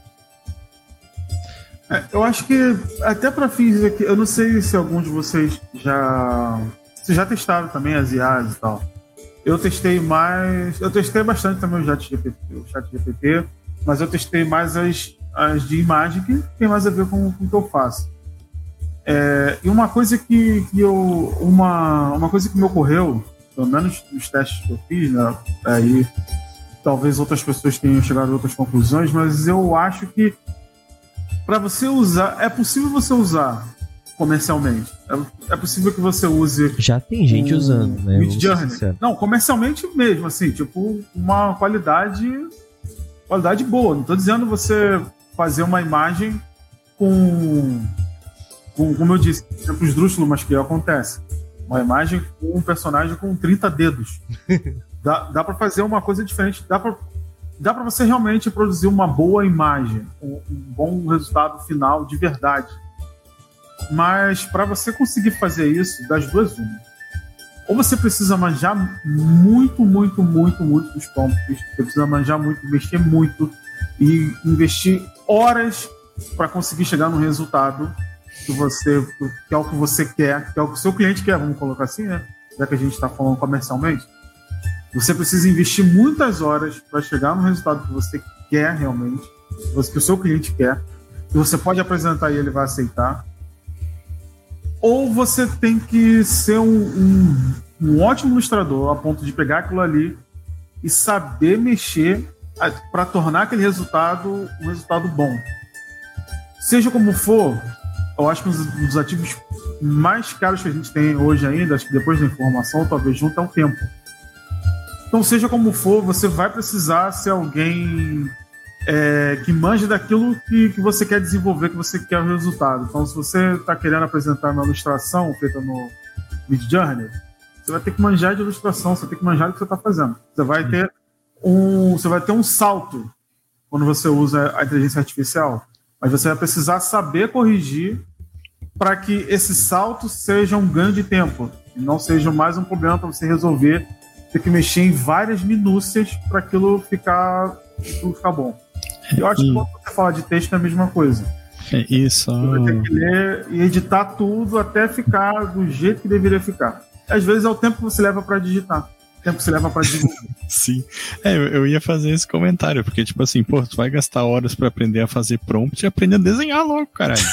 É, eu acho que até para fins aqui, eu não sei se alguns de vocês já vocês já testaram também as I As e tal. Eu testei mais, eu testei bastante também o ChatGPT, o ChatGPT, mas eu testei mais as, as de imagem que tem mais a ver com, com o que eu faço. É, e uma coisa que, que eu, uma, uma coisa que me ocorreu, pelo menos nos testes que eu fiz, né, aí talvez outras pessoas tenham chegado a outras conclusões, mas eu acho que para você usar, é possível você usar comercialmente. É, é possível que você use... Já tem gente o usando, né? Midjourney. Não, comercialmente mesmo, assim, tipo, uma qualidade qualidade boa. Não tô dizendo você fazer uma imagem com, com como eu disse, exemplo esdrúxulo, mas que acontece. Uma imagem com um personagem com trinta dedos. Dá, dá pra fazer uma coisa diferente, dá pra, dá pra você realmente produzir uma boa imagem, um, um bom resultado final de verdade. Mas para você conseguir fazer isso, das duas, uma. Ou você precisa manjar muito, muito, muito, muito dos prompts. Você precisa manjar muito, mexer muito e investir horas para conseguir chegar no resultado que você, que é o que você quer, que é o que o seu cliente quer, vamos colocar assim, né? Já que a gente está falando comercialmente. Você precisa investir muitas horas para chegar no resultado que você quer realmente, que o seu cliente quer, que você pode apresentar e ele vai aceitar. Ou você tem que ser um, um, um ótimo ilustrador a ponto de pegar aquilo ali e saber mexer para tornar aquele resultado um resultado bom. Seja como for, eu acho que um dos ativos mais caros que a gente tem hoje ainda, acho que depois da informação, talvez junto, é o tempo. Então, seja como for, você vai precisar ser alguém é, que manje daquilo que, que você quer desenvolver, que você quer o resultado. Então, se você está querendo apresentar uma ilustração feita no Midjourney, você vai ter que manjar de ilustração, você vai ter que manjar do que você está fazendo. Você vai ter um, você vai ter um salto quando você usa a inteligência artificial, mas você vai precisar saber corrigir para que esse salto seja um ganho de tempo e não seja mais um problema para você resolver, ter que mexer em várias minúcias para aquilo ficar, aquilo ficar bom. Eu acho que quando você fala de texto é a mesma coisa. É isso. Você vai ter que ler e editar tudo até ficar do jeito que deveria ficar. Às vezes é o tempo que você leva para digitar. tempo que você leva pra desenvolver. Sim. É, eu, eu ia fazer esse comentário, porque, tipo assim, pô, tu vai gastar horas pra aprender a fazer prompt e aprender a desenhar logo, caralho.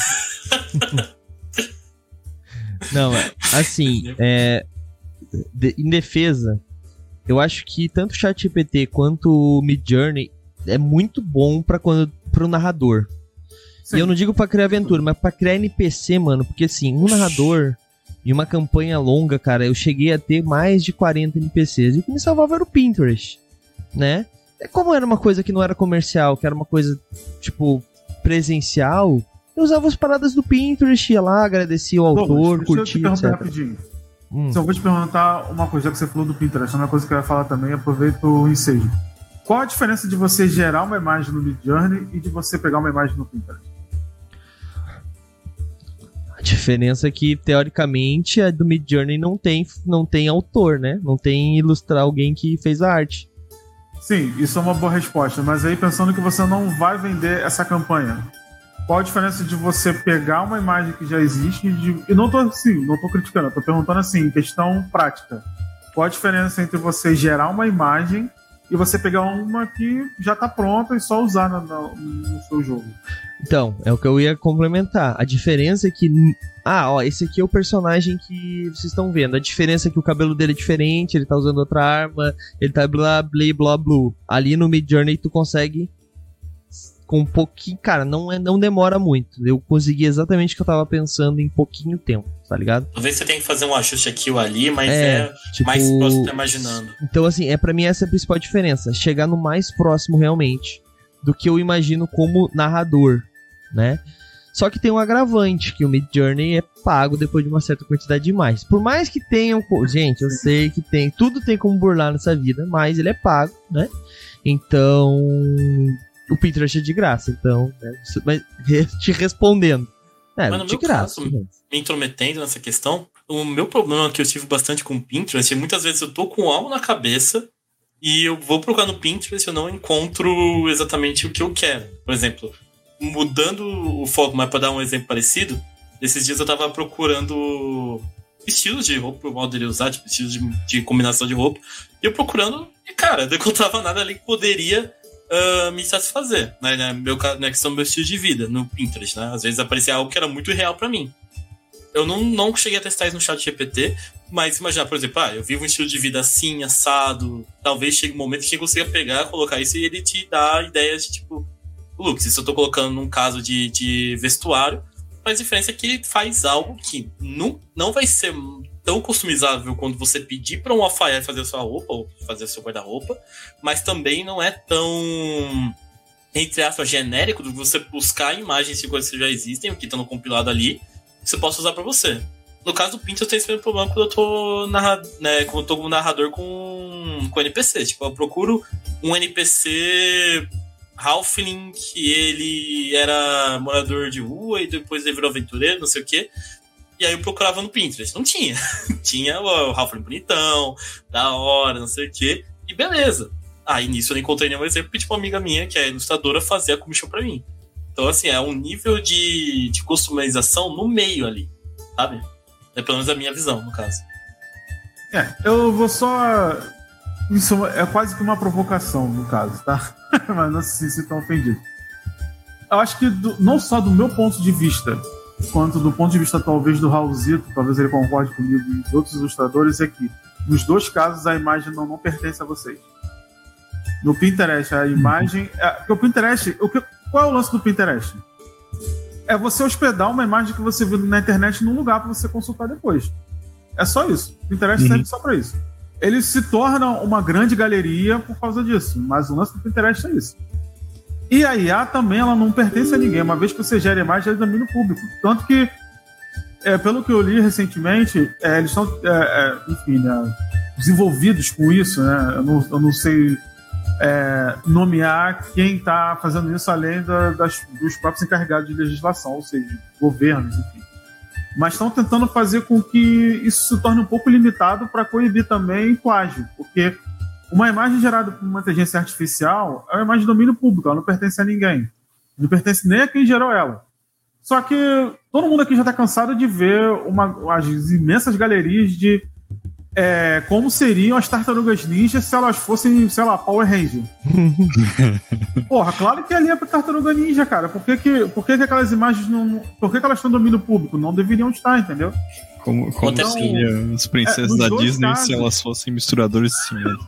Não, assim, é, de, em defesa, eu acho que tanto o ChatGPT quanto o Midjourney é muito bom pra quando, pro narrador. Sim. E eu não digo pra criar aventura, mas pra criar N P C, mano, porque assim, um narrador e uma campanha longa, cara, eu cheguei a ter mais de quarenta N P Cs. E o que me salvava era o Pinterest, né? Como era uma coisa que não era comercial, que era uma coisa, tipo, presencial, eu usava as paradas do Pinterest, ia lá, agradecia o autor, Douglas, curtia, deixa eu te interromper rapidinho. Hum. Só vou te perguntar uma coisa, já que você falou do Pinterest, uma coisa que eu ia falar também, aproveito o ensejo. Qual a diferença de você gerar uma imagem no Midjourney e de você pegar uma imagem no Pinterest? A diferença é que, teoricamente, a do Midjourney não tem, não tem autor, né? Não tem ilustrar alguém que fez a arte. Sim, isso é uma boa resposta. Mas aí, pensando que você não vai vender essa campanha, qual a diferença de você pegar uma imagem que já existe de... e não tô assim, não tô criticando, eu tô perguntando assim, em questão prática. Qual a diferença entre você gerar uma imagem e você pegar uma que já tá pronta e só usar no, no, no seu jogo? Então, é o que eu ia complementar. A diferença é que... Ah, ó, esse aqui é o personagem que vocês estão vendo. A diferença é que o cabelo dele é diferente, ele tá usando outra arma, ele tá blá, blá, blá, blá. Ali no Midjourney tu consegue... com um pouquinho... Cara, não, é, não demora muito. Eu consegui exatamente o que eu tava pensando em pouquinho tempo, tá ligado? Talvez você tenha que fazer um ajuste aqui ou ali, mas é, é tipo... mais próximo que você tá imaginando. Então, assim, é pra mim essa é a principal diferença. Chegar no mais próximo, realmente, do que eu imagino como narrador, né? Só que tem um agravante, que o Midjourney é pago depois de uma certa quantidade de imagens. Por mais que tenham... Gente, eu sei que tem... Tudo tem como burlar nessa vida, mas ele é pago, né? Então... O Pinterest é de graça, então... Né? Mas te respondendo... É, mas no de meu graça, caso, me intrometendo nessa questão, o meu problema que eu tive bastante com o Pinterest é que muitas vezes eu tô com algo na cabeça e eu vou procurar no Pinterest e eu não encontro exatamente o que eu quero. Por exemplo, mudando o foco, mas para dar um exemplo parecido, esses dias eu tava procurando estilos de roupa, eu poderia usar, tipo, estilos de, de combinação de roupa, e eu procurando, e cara, não encontrava nada ali que poderia uh, me satisfazer, né, né, meu, na questão do meu estilo de vida, no Pinterest, né, às vezes aparecia algo que era muito real pra mim. Eu não, não cheguei a testar isso no ChatGPT, mas imaginar, por exemplo, ah, eu vivo um estilo de vida assim, assado, talvez chegue um momento que você consiga pegar, colocar isso e ele te dá ideias de tipo, Lucas, se eu tô colocando num caso de, de vestuário, faz diferença que ele faz algo que não, não vai ser tão customizável quando você pedir para um alfaiate fazer a sua roupa, ou fazer o seu guarda-roupa, mas também não é tão, entre aspas, genérico de você buscar imagens de coisas que já existem, o que estão no compilado ali, que você possa usar para você. No caso do Pinterest, eu tenho esse mesmo problema quando eu tô, narra, né, quando eu tô como narrador com, com N P C. Tipo, eu procuro um N P C Halfling, que ele era morador de rua e depois ele virou aventureiro, não sei o quê. E aí eu procurava no Pinterest. Não tinha. Tinha o Halfling bonitão, da hora, não sei o quê. E beleza. Aí nisso eu não encontrei nenhum exemplo, porque tipo, uma amiga minha, que é ilustradora, fazia a commission pra mim. Então, assim, é um nível de, de customização no meio ali, sabe? É pelo menos a minha visão, no caso. É, eu vou só... Isso é quase que uma provocação, no caso, tá? Mas não se sintam ofendidos. Eu acho que do, não só do meu ponto de vista, quanto do ponto de vista talvez do Raulzito, talvez ele concorde comigo e de outros ilustradores, é que nos dois casos a imagem não, não pertence a vocês. No Pinterest, a imagem... É, porque o Pinterest... O que, qual é o lance do Pinterest? É você hospedar uma imagem que você viu na internet num lugar para você consultar depois. É só isso. O Pinterest uhum. serve só para isso. Ele se torna uma grande galeria por causa disso, mas o lance do Pinterest é isso. E a I A também, ela não pertence a ninguém. Uma vez que você gera imagem, ela é domínio público. Tanto que, é, pelo que eu li recentemente, é, eles estão, é, é, enfim, né, desenvolvidos com isso, né? Eu não, eu não sei é, nomear quem está fazendo isso além da, das, dos próprios encarregados de legislação, ou seja, governos, enfim. Mas estão tentando fazer com que isso se torne um pouco limitado para coibir também plágio, porque uma imagem gerada por uma inteligência artificial é uma imagem de domínio público, ela não pertence a ninguém, não pertence nem a quem gerou ela. Só que todo mundo aqui já está cansado de ver uma, as imensas galerias de é, como seriam as Tartarugas Ninja se elas fossem, sei lá, Power Ranger. Porra, claro que ali é pra Tartaruga Ninja, cara. Por que, que, por que, que aquelas imagens não... Por que, que elas estão no domínio público? Não deveriam estar, entendeu? Como, como Então, seriam as princesas é, da dois Disney casos, se elas fossem misturadores de cimento?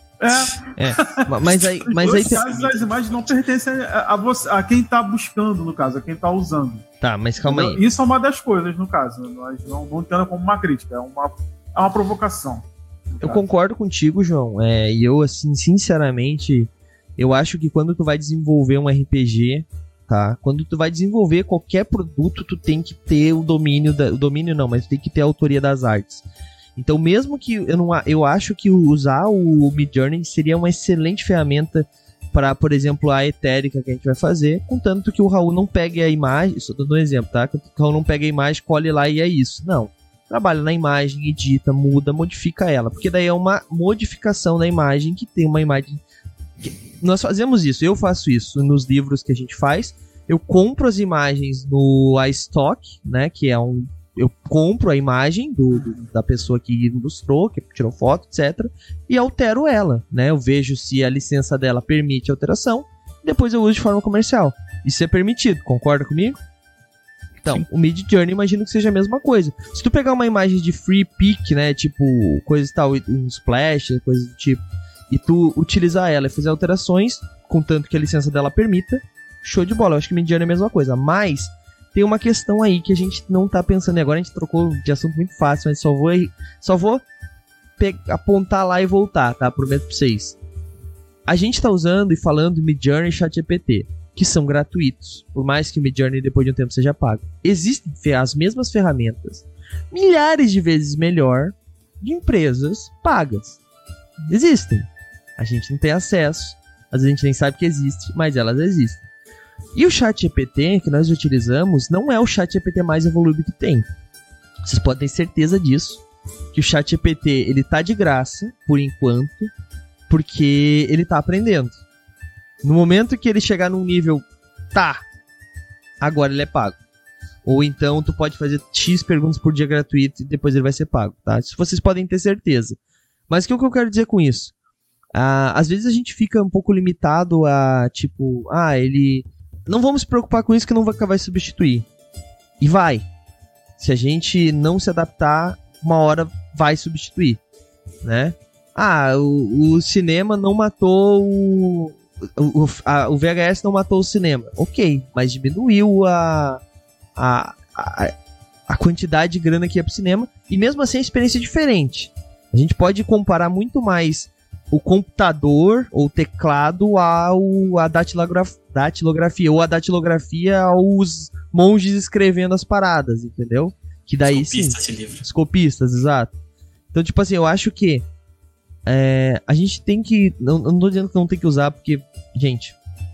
É, É, mas aí, nos mas aí dois tem... casos, as imagens não pertencem a, a, você, a quem tá buscando, no caso, a quem tá usando. Tá, mas calma aí. Isso é uma das coisas, no caso. Nós não, não entenda como uma crítica, é uma, é uma provocação. Eu concordo contigo, João. É, e eu, assim, sinceramente, eu acho que quando tu vai desenvolver um R P G, tá? Quando tu vai desenvolver qualquer produto, tu tem que ter o domínio, da, o domínio não, mas tu tem que ter a autoria das artes. Então, mesmo que eu não, eu acho que usar o Midjourney seria uma excelente ferramenta para, por exemplo, a etérica que a gente vai fazer, contanto que o Raul não pegue a imagem, só dando um exemplo, tá? Que o Raul não pegue a imagem, colhe lá e é isso. Não. Trabalha na imagem, edita, muda, modifica ela, porque daí é uma modificação da imagem que tem uma imagem... Nós fazemos isso, eu faço isso nos livros que a gente faz. Eu compro as imagens no iStock, né, que é um... Eu compro a imagem do, do, da pessoa que ilustrou, que tirou foto, etcétera, e altero ela, né? Eu vejo se a licença dela permite alteração, e depois eu uso de forma comercial. Isso é permitido, concorda comigo? Então, sim. O Midjourney imagino que seja a mesma coisa. Se tu pegar uma imagem de free pick, né, tipo, coisa e tal, um splash, coisa do tipo, e tu utilizar ela e fazer alterações, contanto que a licença dela permita, show de bola. Eu acho que Midjourney é a mesma coisa, mas... Tem uma questão aí que a gente não tá pensando, e agora a gente trocou de assunto muito fácil, mas só vou, só vou apontar lá e voltar, tá? Prometo pra vocês. A gente tá usando e falando Midjourney e ChatGPT, que são gratuitos, por mais que o Midjourney depois de um tempo seja pago. Existem as mesmas ferramentas, milhares de vezes melhor, de empresas pagas. Existem. A gente não tem acesso, às vezes a gente nem sabe que existe, mas elas existem. E o ChatGPT que nós utilizamos não é o ChatGPT mais evoluído que tem. Vocês podem ter certeza disso, que o ChatGPT ele tá de graça, por enquanto, porque ele tá aprendendo. No momento que ele chegar num nível, tá, agora ele é pago. Ou então tu pode fazer X perguntas por dia gratuito e depois ele vai ser pago, tá? Isso vocês podem ter certeza. Mas o que eu quero dizer com isso? Ah, às vezes a gente fica um pouco limitado a, tipo, ah, ele... Não vamos se preocupar com isso que não vai, vai substituir. E vai. Se a gente não se adaptar, uma hora vai substituir, né? Ah, o, o cinema não matou o... O, a, o V H S não matou o cinema. Ok, mas diminuiu a, a, a, a quantidade de grana que ia pro cinema. E mesmo assim a experiência é diferente. A gente pode comparar muito mais o computador ou teclado ao, a datilografia, datilografia, ou a datilografia aos monges escrevendo as paradas, entendeu? Que daí os copistas sim, de livro. Os copistas, exato. Então, tipo assim, eu acho que é, a gente tem que... Não, não tô dizendo que não tem que usar, porque, gente,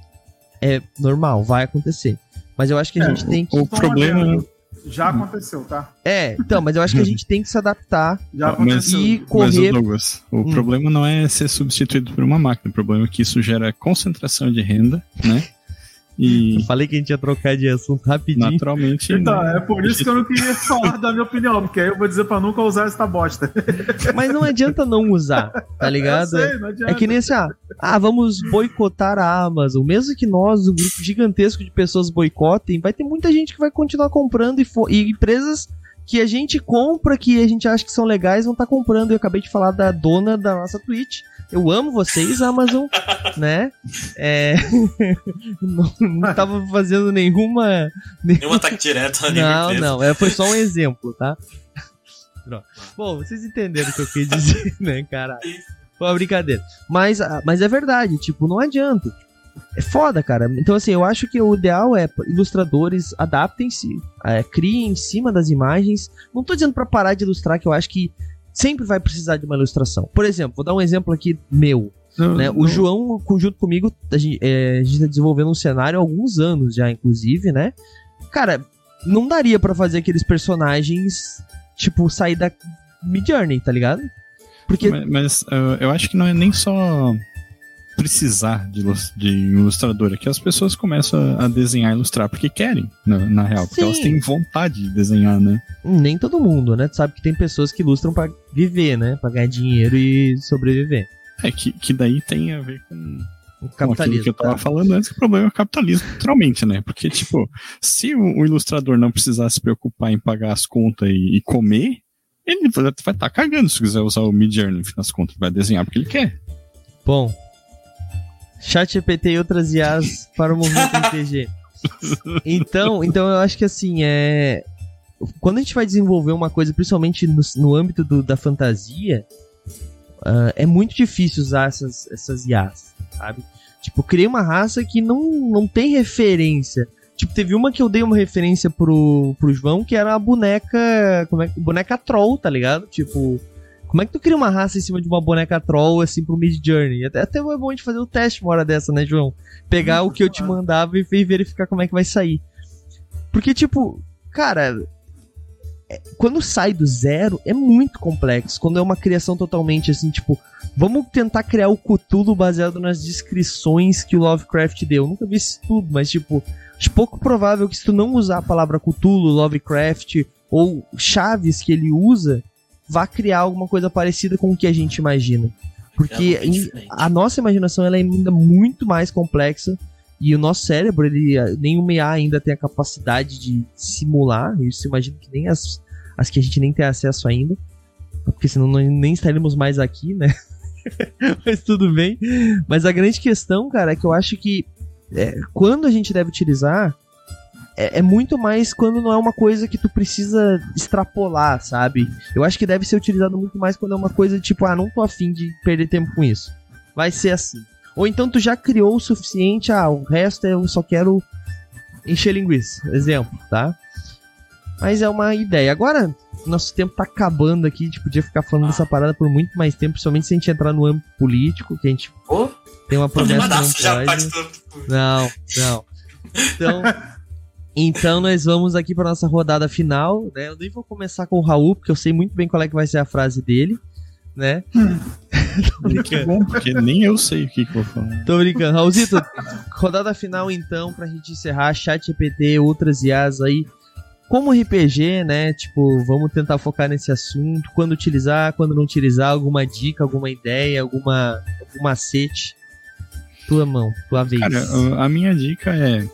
é normal, vai acontecer. Mas eu acho que a é, gente tem que... O problema... Já aconteceu, tá? É, então, mas eu acho que a gente tem que se adaptar. Já aconteceu. E Mas, correr... o Douglas, o hum. problema não é ser substituído por uma máquina, o problema é que isso gera concentração de renda, né? E eu falei que a gente ia trocar de assunto rapidinho. Naturalmente. Então, é por isso que eu não queria falar da minha opinião, porque aí eu vou dizer pra nunca usar essa bosta. Mas não adianta não usar, tá ligado? Eu sei, não adianta. É que nem assim, ah, ah, vamos boicotar a Amazon. Mesmo que nós, um grupo gigantesco de pessoas boicotem, vai ter muita gente que vai continuar comprando e, e empresas que a gente compra, que a gente acha que são legais, vão estar tá comprando. Eu acabei de falar da dona da nossa Twitch. Eu amo vocês, Amazon, né? É... não, não tava fazendo nenhuma... Nenhum ataque direto ali. Não, não, é, foi só um exemplo, tá? Bom, vocês entenderam o que eu quis dizer, né, caralho? Foi uma brincadeira. Mas, mas é verdade, tipo, não adianta. É foda, cara. Então, assim, eu acho que o ideal é ilustradores adaptem-se, é, criem em cima das imagens. Não tô dizendo pra parar de ilustrar, que eu acho que sempre vai precisar de uma ilustração. Por exemplo, vou dar um exemplo aqui meu. Não, né? não. O João, junto comigo, a gente, é, a gente tá desenvolvendo um cenário há alguns anos já, inclusive, né? Cara, não daria pra fazer aqueles personagens, tipo, sair da Midjourney, tá ligado? Porque... Mas, mas uh, eu acho que não é nem só precisar de, de ilustrador, é que as pessoas começam a, a desenhar e ilustrar porque querem, na, na real, porque Sim. elas têm vontade de desenhar, né? Nem todo mundo, né? Tu sabe que tem pessoas que ilustram pra viver, né? Pra ganhar dinheiro e sobreviver. É, que, que daí tem a ver com... O capitalismo. Que eu tava tá? falando antes, que o problema é o capitalismo, naturalmente, né? Porque, tipo, se o, o ilustrador não precisar se preocupar em pagar as contas e, e comer, ele vai estar tá cagando se quiser usar o Midjourney, no fim das contas. Vai desenhar porque ele quer. Bom. ChatGPT e outras I As para o movimento R P G. Então, então, eu acho que, assim, é... Quando a gente vai desenvolver uma coisa, principalmente no, no âmbito do, da fantasia, uh, é muito difícil usar essas, essas I As, sabe? Tipo, criei uma raça que não, não tem referência. Tipo, teve uma que eu dei uma referência pro, pro João, que era a boneca... Como é que... Boneca troll, tá ligado? Tipo, como é que tu cria uma raça em cima de uma boneca troll, assim, pro Midjourney? Até, até é bom a gente fazer o teste uma hora dessa, né, João? Pegar o que eu te mandava e verificar como é que vai sair. Porque, tipo, cara... Quando sai do zero, é muito complexo. Quando é uma criação totalmente assim, tipo... Vamos tentar criar o Cthulhu baseado nas descrições que o Lovecraft deu. Eu nunca vi isso tudo, mas tipo... Acho pouco provável que se tu não usar a palavra Cthulhu, Lovecraft ou chaves que ele usa, vá criar alguma coisa parecida com o que a gente imagina. Porque é a nossa imaginação ela é ainda muito mais complexa. E o nosso cérebro, ele, nenhum I A ainda tem a capacidade de simular. Isso imagino que nem as, as que a gente nem tem acesso ainda. Porque senão nós nem estaríamos mais aqui, né? Mas tudo bem. Mas a grande questão, cara, é que eu acho que é, quando a gente deve utilizar, é, é muito mais quando não é uma coisa que tu precisa extrapolar, sabe? Eu acho que deve ser utilizado muito mais quando é uma coisa tipo, ah, não tô afim de perder tempo com isso. Vai ser assim. Ou então tu já criou o suficiente, ah, o resto eu só quero encher linguiça. Exemplo, tá? Mas é uma ideia. Agora, nosso tempo tá acabando aqui, a gente podia ficar falando dessa parada por muito mais tempo, principalmente se a gente entrar no âmbito político, que a gente oh, tem uma promessa não já pode. Não, não. Então, então nós vamos aqui para nossa rodada final, né? Eu nem vou começar com o Raul, porque eu sei muito bem qual é que vai ser a frase dele, né? Hum. Que bom, porque nem eu sei o que, que eu vou falar. Tô brincando. Raulzito, rodada final então, pra gente encerrar, ChatGPT, outras I As aí. Como R P G, né? Tipo, vamos tentar focar nesse assunto. Quando utilizar, quando não utilizar, alguma dica, alguma ideia, alguma, algum macete. Tua mão, tua vez. Cara, a minha dica é,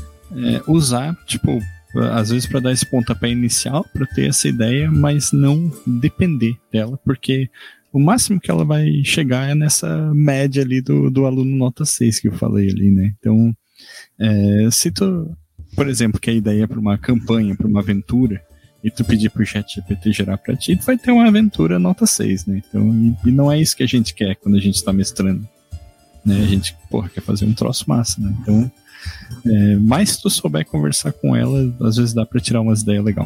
é usar, tipo, às vezes para dar esse pontapé inicial, para ter essa ideia, mas não depender dela, porque o máximo que ela vai chegar é nessa média ali do, do aluno nota seis que eu falei ali, né? Então, é, se tu, por exemplo, que a ideia é para uma campanha, para uma aventura, e tu pedir pro ChatGPT gerar para ti, tu vai ter uma aventura nota seis, né? Então, e, e não é isso que a gente quer quando a gente tá mestrando, né? A gente, porra, quer fazer um troço massa, né? Então, é, mas se tu souber conversar com ela, às vezes dá para tirar umas ideias legais.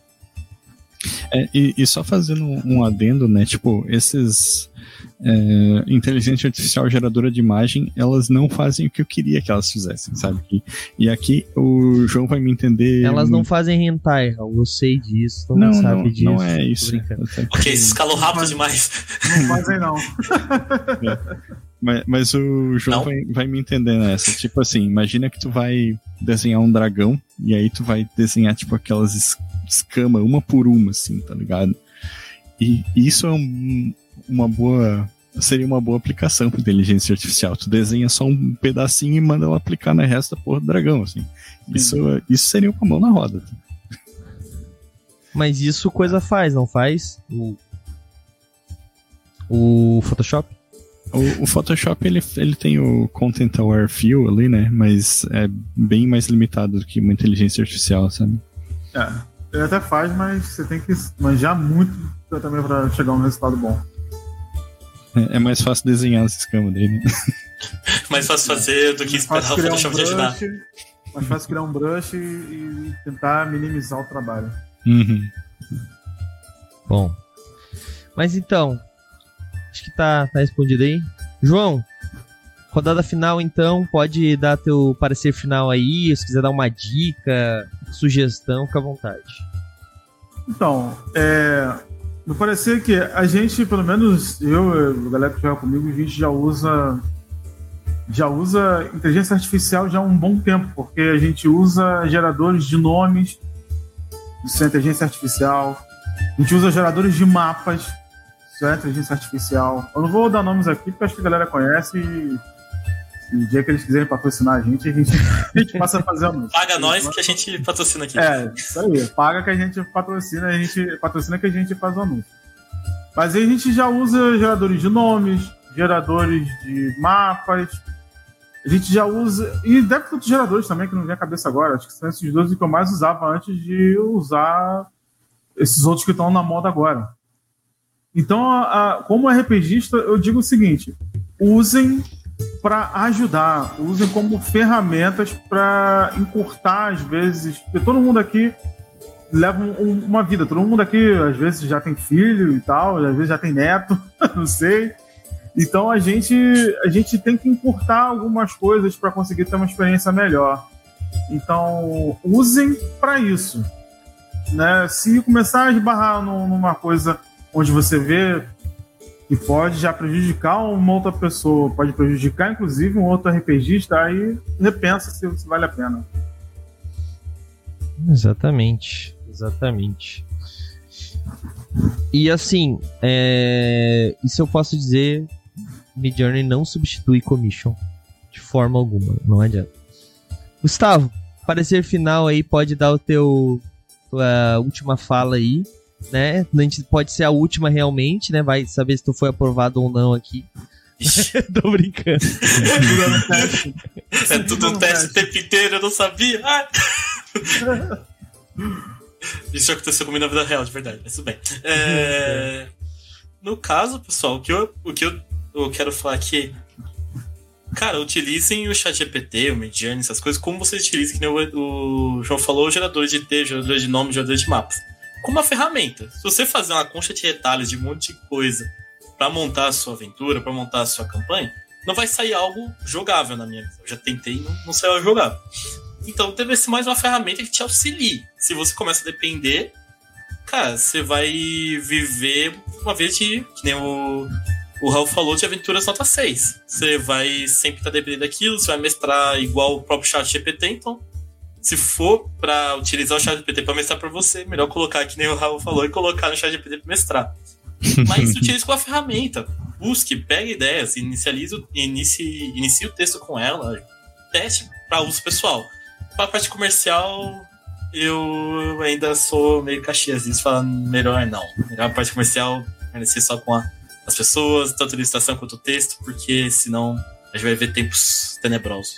É, e, e só fazendo um adendo, né? Tipo, esses é, inteligência artificial geradora de imagem, elas não fazem o que eu queria que elas fizessem, sabe? E, e aqui o João vai me entender. Elas não fazem hentai, eu sei disso, todo não, mundo sabe não, disso. Não é isso. Ok, escalou rápido demais. Não fazem, não. É. Mas, mas o João vai, vai me entender nessa. Tipo assim, imagina que tu vai desenhar um dragão e aí tu vai desenhar tipo aquelas es- escamas uma por uma, assim, tá ligado? E isso é um, uma boa... Seria uma boa aplicação para inteligência artificial. Tu desenha só um pedacinho e manda ela aplicar no resto da porra do dragão, assim. Isso, isso seria uma mão na roda. Tá? Mas isso coisa faz, não faz? O, o Photoshop? O, o Photoshop, ele, ele tem o Content Aware Fill ali, né? Mas é bem mais limitado do que uma inteligência artificial, sabe? É, ele até faz, mas você tem que manjar muito também pra chegar a um resultado bom. É, é mais fácil desenhar as escamas dele. Mais fácil fazer do que esperar o Photoshop te ajudar. Mais fácil criar um brush e, e tentar minimizar o trabalho. Uhum. Bom. Mas então... Acho que tá, tá respondido aí. João, rodada final então, pode dar teu parecer final aí, se quiser dar uma dica, sugestão, fica à vontade. Então, é, me parecer que a gente, pelo menos eu, a galera que joga comigo, a gente já usa já usa inteligência artificial já há um bom tempo, porque a gente usa geradores de nomes, isso é inteligência artificial. A gente usa geradores de mapas, isso é inteligência artificial. Eu não vou dar nomes aqui, porque acho que a galera conhece e o dia que eles quiserem patrocinar a gente, a gente, a gente passa a fazer anúncio. Paga nós que a gente patrocina aqui. É, isso aí. Paga que a gente patrocina, a gente patrocina que a gente faz o anúncio. Mas aí a gente já usa geradores de nomes, geradores de mapas. A gente já usa... E deve ter outros geradores também, que não vem à cabeça agora. Acho que são esses dois que eu mais usava antes de usar esses outros que estão na moda agora. Então, a, a, como RPGista, eu digo o seguinte: usem para ajudar, usem como ferramentas para encurtar, às vezes... Porque todo mundo aqui leva um, uma vida. Todo mundo aqui, às vezes, já tem filho e tal, às vezes já tem neto, não sei... Então a gente, a gente tem que encurtar algumas coisas para conseguir ter uma experiência melhor. Então usem para isso, né? Se começar a esbarrar numa coisa onde você vê que pode já prejudicar uma outra pessoa, pode prejudicar inclusive um outro RPGista, aí repensa se, se vale a pena. Exatamente, exatamente. E assim, é... isso eu posso dizer... Midjourney não substitui Commission de forma alguma, não adianta. Gustavo, parecer final aí, pode dar o teu tua última fala aí, né? A gente pode ser a última realmente, né? Vai saber se tu foi aprovado ou não aqui. Tô brincando. É tudo um teste o tempo inteiro, eu não sabia. Ah! Isso aconteceu comigo na vida real, de verdade, mas tudo bem. É... No caso, pessoal, o que eu, o que eu eu quero falar aqui, cara, utilizem o ChatGPT, o Midjourney, essas coisas, como vocês utilizam, que nem o, o João falou, geradores de texto, geradores de nome, geradores de mapas. Como uma ferramenta. Se você fazer uma concha de retalhos de um monte de coisa pra montar a sua aventura, pra montar a sua campanha, não vai sair algo jogável na minha visão. Eu já tentei e não, não saiu algo jogável. Então deve ser mais uma ferramenta que te auxilie. Se você começa a depender, cara, você vai viver uma vez de, que nem o... O Raul falou de aventuras nota seis. Você vai sempre estar dependendo daquilo, você vai mestrar igual o próprio ChatGPT, então se for para utilizar o ChatGPT para mestrar para você, melhor colocar, que nem o Raul falou, e colocar no ChatGPT para mestrar. Mas utilize com a ferramenta. Busque, pegue ideias, inicialize, inicie, inicie o texto com ela, teste para uso pessoal. Para a parte comercial, eu ainda sou meio Caxias, isso fala melhor não. Melhor a parte comercial, permanecer só com a as pessoas, tanto a ilustração quanto o texto, porque senão a gente vai ver tempos tenebrosos.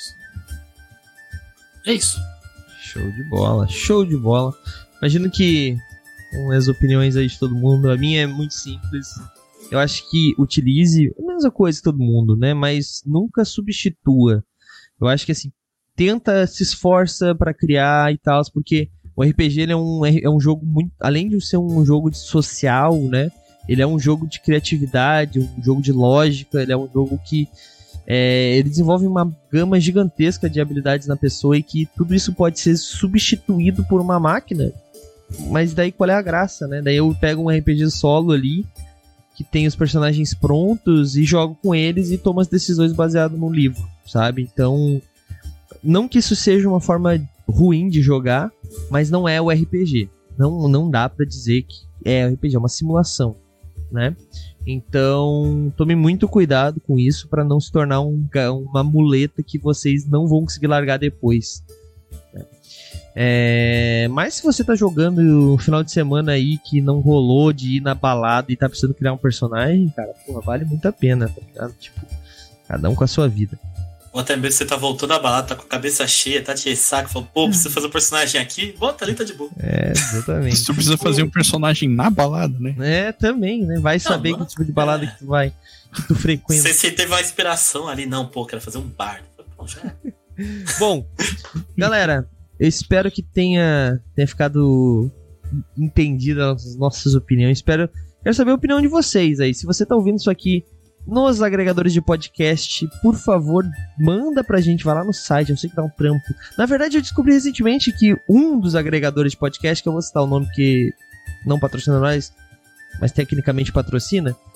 É isso. Show de bola, show de bola. Imagino que com as opiniões aí de todo mundo, a minha é muito simples. Eu acho que utilize a mesma coisa que todo mundo, né? Mas nunca substitua. Eu acho que assim, tenta, se esforça pra criar e tal, porque o R P G ele é, um, é um jogo muito, além de ser um jogo de social, né? Ele é um jogo de criatividade, um jogo de lógica, ele é um jogo que é, ele desenvolve uma gama gigantesca de habilidades na pessoa e que tudo isso pode ser substituído por uma máquina. Mas daí qual é a graça, né? Daí eu pego um R P G solo ali, que tem os personagens prontos e jogo com eles e tomo as decisões baseadas no livro, sabe? Então, não que isso seja uma forma ruim de jogar, mas não é o R P G. Não, não dá pra dizer que é R P G, é uma simulação, né? Então, tome muito cuidado com isso para não se tornar um, uma muleta que vocês não vão conseguir largar depois. Né? É, mas se você tá jogando no final de semana aí que não rolou de ir na balada e tá precisando criar um personagem, cara, porra, vale muito a pena, tá ligado? Tipo, cada um com a sua vida. Ou até mesmo você tá voltando da balada, tá com a cabeça cheia, tá de ressaca, falou, pô, precisa fazer um personagem aqui, bota ali, tá de boa. É, exatamente. Se tu precisa fazer um personagem na balada, né? É, também, né? Vai saber não, não, que tipo de balada é. que tu vai, que tu frequenta. Você, você teve uma inspiração ali, não, pô, quero fazer um bar. Pô, já é. Bom, galera, eu espero que tenha, tenha ficado entendida as nossas opiniões. Espero, quero saber a opinião de vocês aí. Se você tá ouvindo isso aqui nos agregadores de podcast, por favor, manda pra gente, vai lá no site, eu sei que dá um trampo. Na verdade, eu descobri recentemente que um dos agregadores de podcast, que eu vou citar o nome que não patrocina nós, mas tecnicamente patrocina,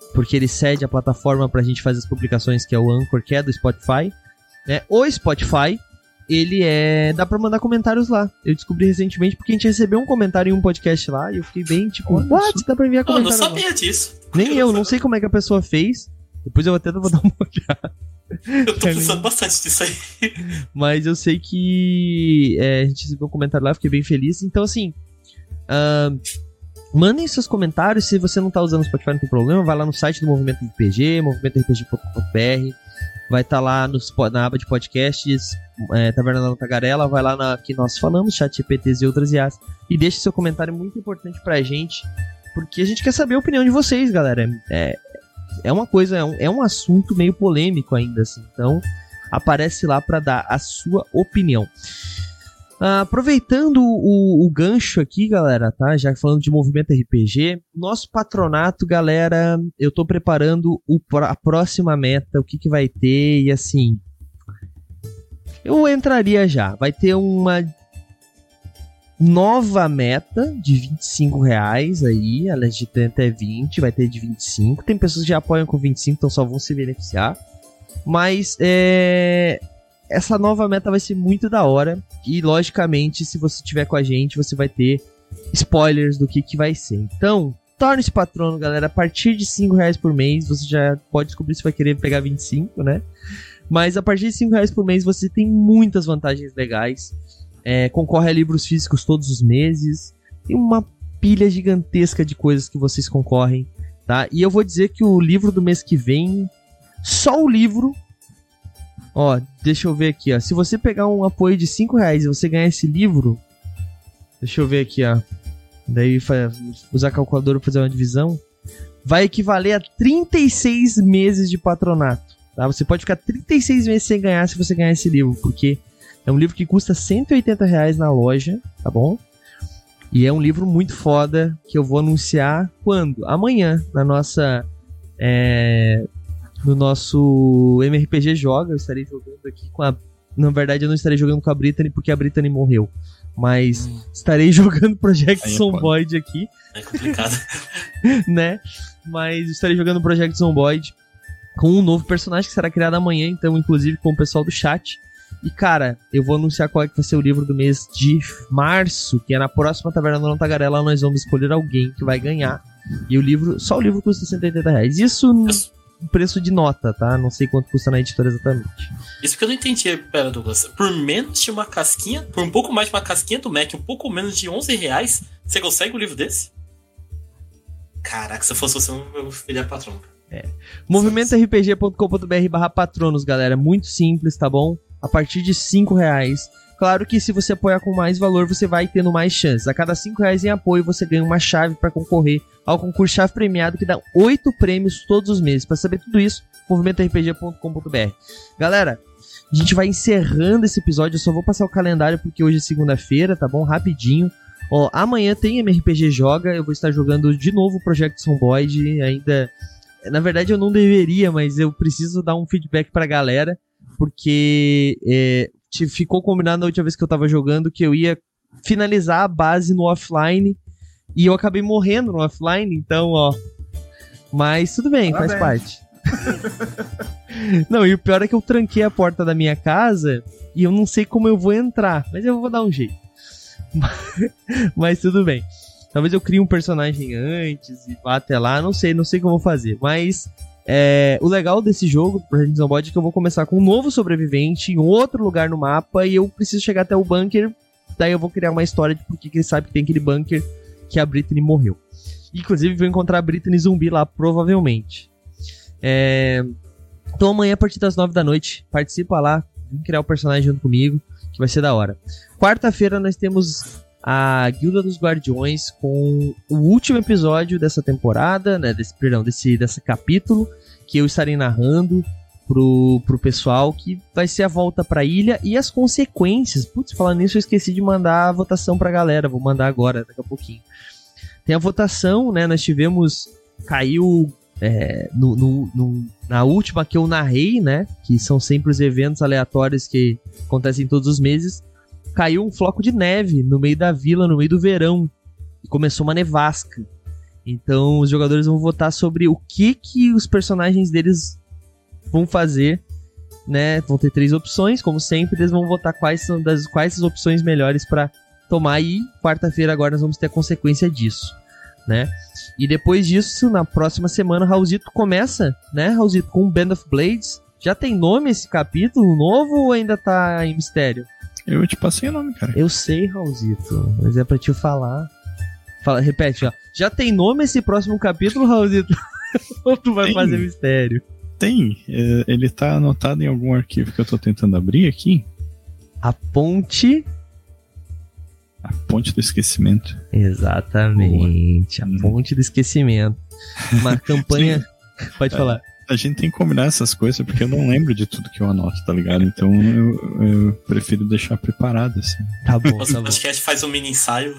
porque ele cede a plataforma pra gente fazer as publicações, que é o Anchor, que é do Spotify, né? O Spotify, ele é... dá pra mandar comentários lá. Eu descobri recentemente porque a gente recebeu um comentário em um podcast lá e eu fiquei bem, tipo, Olha what? isso. Dá pra enviar Eu não comentário sabia lá. disso. Nem eu, não sei como é que a pessoa fez. Depois eu até vou dar uma olhada. Eu tô pensando bastante nisso aí. Mas eu sei que é, a gente recebeu um comentário lá, fiquei bem feliz. Então, assim, uh, mandem seus comentários. Se você não tá usando o Spotify, não tem problema. Vai lá no site do Movimento R P G, movimento r p g ponto com ponto b r. Vai estar tá lá nos, na aba de podcasts, é, Taverna da Tagarela. Vai lá na que nós falamos, chat G P Ts e outras I As. E deixe seu comentário muito importante pra gente, porque a gente quer saber a opinião de vocês, galera. É, é uma coisa, é um, é um assunto meio polêmico ainda, assim. Então, aparece lá pra dar a sua opinião. Uh, aproveitando o, o gancho aqui, galera, tá? Já falando de Movimento R P G, nosso patronato, galera, eu tô preparando o, a próxima meta, o que que vai ter, e assim, eu entraria já. Vai ter uma nova meta de vinte e cinco reais aí, além de ter até vinte, vai ter de vinte e cinco. Tem pessoas que já apoiam com vinte e cinco, então só vão se beneficiar. Mas, é... essa nova meta vai ser muito da hora. E, logicamente, se você estiver com a gente, você vai ter spoilers do que, que vai ser. Então, torne-se patrono, galera. A partir de cinco reais por mês, você já pode descobrir se vai querer pegar vinte e cinco, né? Mas a partir de cinco reais por mês, você tem muitas vantagens legais. É, concorre a livros físicos todos os meses. Tem uma pilha gigantesca de coisas que vocês concorrem, tá? E eu vou dizer que o livro do mês que vem... Só o livro... Ó, deixa eu ver aqui, ó. Se você pegar um apoio de cinco reais e você ganhar esse livro... Deixa eu ver aqui, ó. Daí usar a calculadora para fazer uma divisão. Vai equivaler a trinta e seis meses de patronato, tá? Você pode ficar trinta e seis meses sem ganhar se você ganhar esse livro, porque é um livro que custa cento e oitenta reais na loja, tá bom? E é um livro muito foda que eu vou anunciar quando? Amanhã, na nossa... É... No nosso M R P G Joga, eu estarei jogando aqui com a... Na verdade, eu não estarei jogando com a Brittany, porque a Brittany morreu. Mas hum. estarei jogando Project é Zomboid aqui. É complicado. Né? Mas estarei jogando Project Zomboid com um novo personagem que será criado amanhã, então, inclusive, com o pessoal do chat. E, cara, eu vou anunciar qual é que vai ser o livro do mês de março, que é na próxima Taverna da Não Tagarela. Nós vamos escolher alguém que vai ganhar. E o livro... Só o livro custa cento e oitenta reais. Isso... preço de nota, tá? Não sei quanto custa na editora exatamente. Isso que eu não entendi, pera, Douglas. Por menos de uma casquinha, por um pouco mais de uma casquinha do Mac, um pouco menos de onze reais, você consegue um livro desse? Caraca, se eu fosse você, eu seria patrão. É. movimento r p g ponto com ponto b r barra patronos, galera. Muito simples, tá bom? A partir de cinco reais. Claro que se você apoiar com mais valor, você vai tendo mais chances. A cada cinco reais em apoio, você ganha uma chave para concorrer ao concurso Chave Premiado, que dá oito prêmios todos os meses. Para saber tudo isso, movimento r p g ponto com ponto b r. Galera, a gente vai encerrando esse episódio. Eu só vou passar o calendário porque hoje é segunda-feira, tá bom? Rapidinho. Ó, amanhã tem M R P G Joga. Eu vou estar jogando de novo o Project Zomboid. Ainda... Na verdade, eu não deveria, mas eu preciso dar um feedback pra galera, porque... É... ficou combinado na última vez que eu tava jogando que eu ia finalizar a base no offline e eu acabei morrendo no offline, então, ó. Mas tudo bem, faz parte. Não, e o pior é que eu tranquei a porta da minha casa e eu não sei como eu vou entrar, mas eu vou dar um jeito. Mas tudo bem. Talvez eu crie um personagem antes e vá até lá, não sei, não sei como eu vou fazer, mas... É, o legal desse jogo, Project Zomboid, é que eu vou começar com um novo sobrevivente em outro lugar no mapa e eu preciso chegar até o bunker. Daí eu vou criar uma história de por que ele sabe que tem aquele bunker que a Brittany morreu. Inclusive vou encontrar a Brittany zumbi lá, provavelmente. É... Então amanhã, a partir das nove da noite, participa lá, vem criar o personagem junto comigo, que vai ser da hora. Quarta-feira nós temos a Guilda dos Guardiões com o último episódio dessa temporada, né, desse, perdão, desse, desse capítulo, que eu estarei narrando pro, pro pessoal, que vai ser a volta pra ilha e as consequências. Putz, falando nisso, eu esqueci de mandar a votação pra galera, vou mandar agora, daqui a pouquinho. Tem a votação, né, nós tivemos, caiu é, no, no, no, na última que eu narrei, né, que são sempre os eventos aleatórios que acontecem todos os meses. Caiu um floco de neve no meio da vila, no meio do verão. E começou uma nevasca. Então os jogadores vão votar sobre o que que os personagens deles vão fazer, né? Vão ter três opções, como sempre, eles vão votar quais são das quais as opções melhores para tomar, e quarta-feira agora nós vamos ter a consequência disso, né? E depois disso, na próxima semana, Raulzito começa, né, Raulzito, com Band of Blades. Já tem nome esse capítulo novo ou ainda tá em mistério? Eu te passei o nome, cara. Eu sei, Raulzito, mas é pra te falar. Fala, repete, ó. Já tem nome esse próximo capítulo, Raulzito? Ou tu vai tem, fazer mistério? Tem. É, ele tá anotado em algum arquivo que eu tô tentando abrir aqui. A Ponte... A Ponte do Esquecimento. Exatamente. Boa. A Ponte do Esquecimento. Uma campanha... Pode falar. A gente tem que combinar essas coisas, porque eu não lembro de tudo que eu anoto, tá ligado? Então eu, eu prefiro deixar preparado, assim. Tá bom, Nossa, tá bom. Acho que a gente faz um mini ensaio.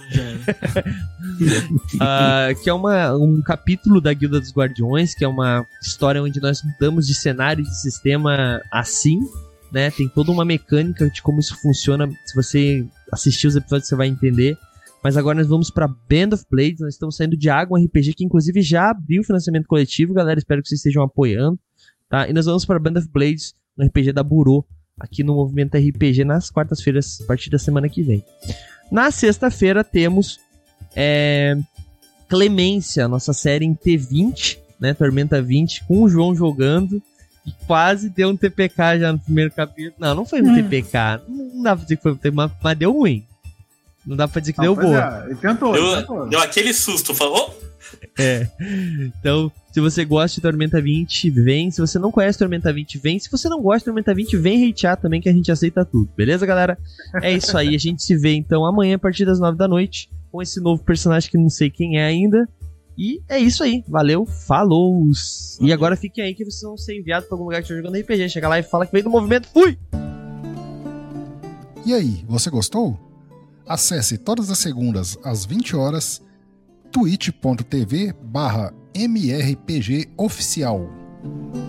uh, que é uma, um capítulo da Guilda dos Guardiões, que é uma história onde nós mudamos de cenário e de sistema assim, né? Tem toda uma mecânica de como isso funciona. Se você assistir os episódios, você vai entender. Mas agora nós vamos pra Band of Blades. Nós estamos saindo de Água R P G, que inclusive já abriu o financiamento coletivo, galera. Espero que vocês estejam apoiando, tá? E nós vamos pra Band of Blades, no R P G da Burô, aqui no Movimento R P G, nas quartas-feiras, a partir da semana que vem. Na sexta-feira temos é, Clemência, nossa série em T vinte, né? Tormenta vinte, com o João jogando. E quase deu um T P K já no primeiro capítulo. Não, não foi um hum. T P K. Não dá pra dizer que foi um T P K, mas deu ruim. Não dá pra dizer que não, deu boa. É, ele tentou, deu, ele tentou. Deu aquele susto, falou? É. Então, se você gosta de Tormenta vinte, vem. Se você não conhece Tormenta vinte, vem. Se você não gosta de Tormenta vinte, vem hatear também, que a gente aceita tudo. Beleza, galera? É isso aí. A gente se vê, então, amanhã, a partir das nove da noite, com esse novo personagem que não sei quem é ainda. E é isso aí. Valeu, falou! E agora fiquem aí que vocês vão ser enviados pra algum lugar que estiver jogando R P G. Chega lá e fala que veio do movimento. Fui! E aí, você gostou? Acesse todas as segundas às vinte horas twitch ponto tv barra M R P G oficial.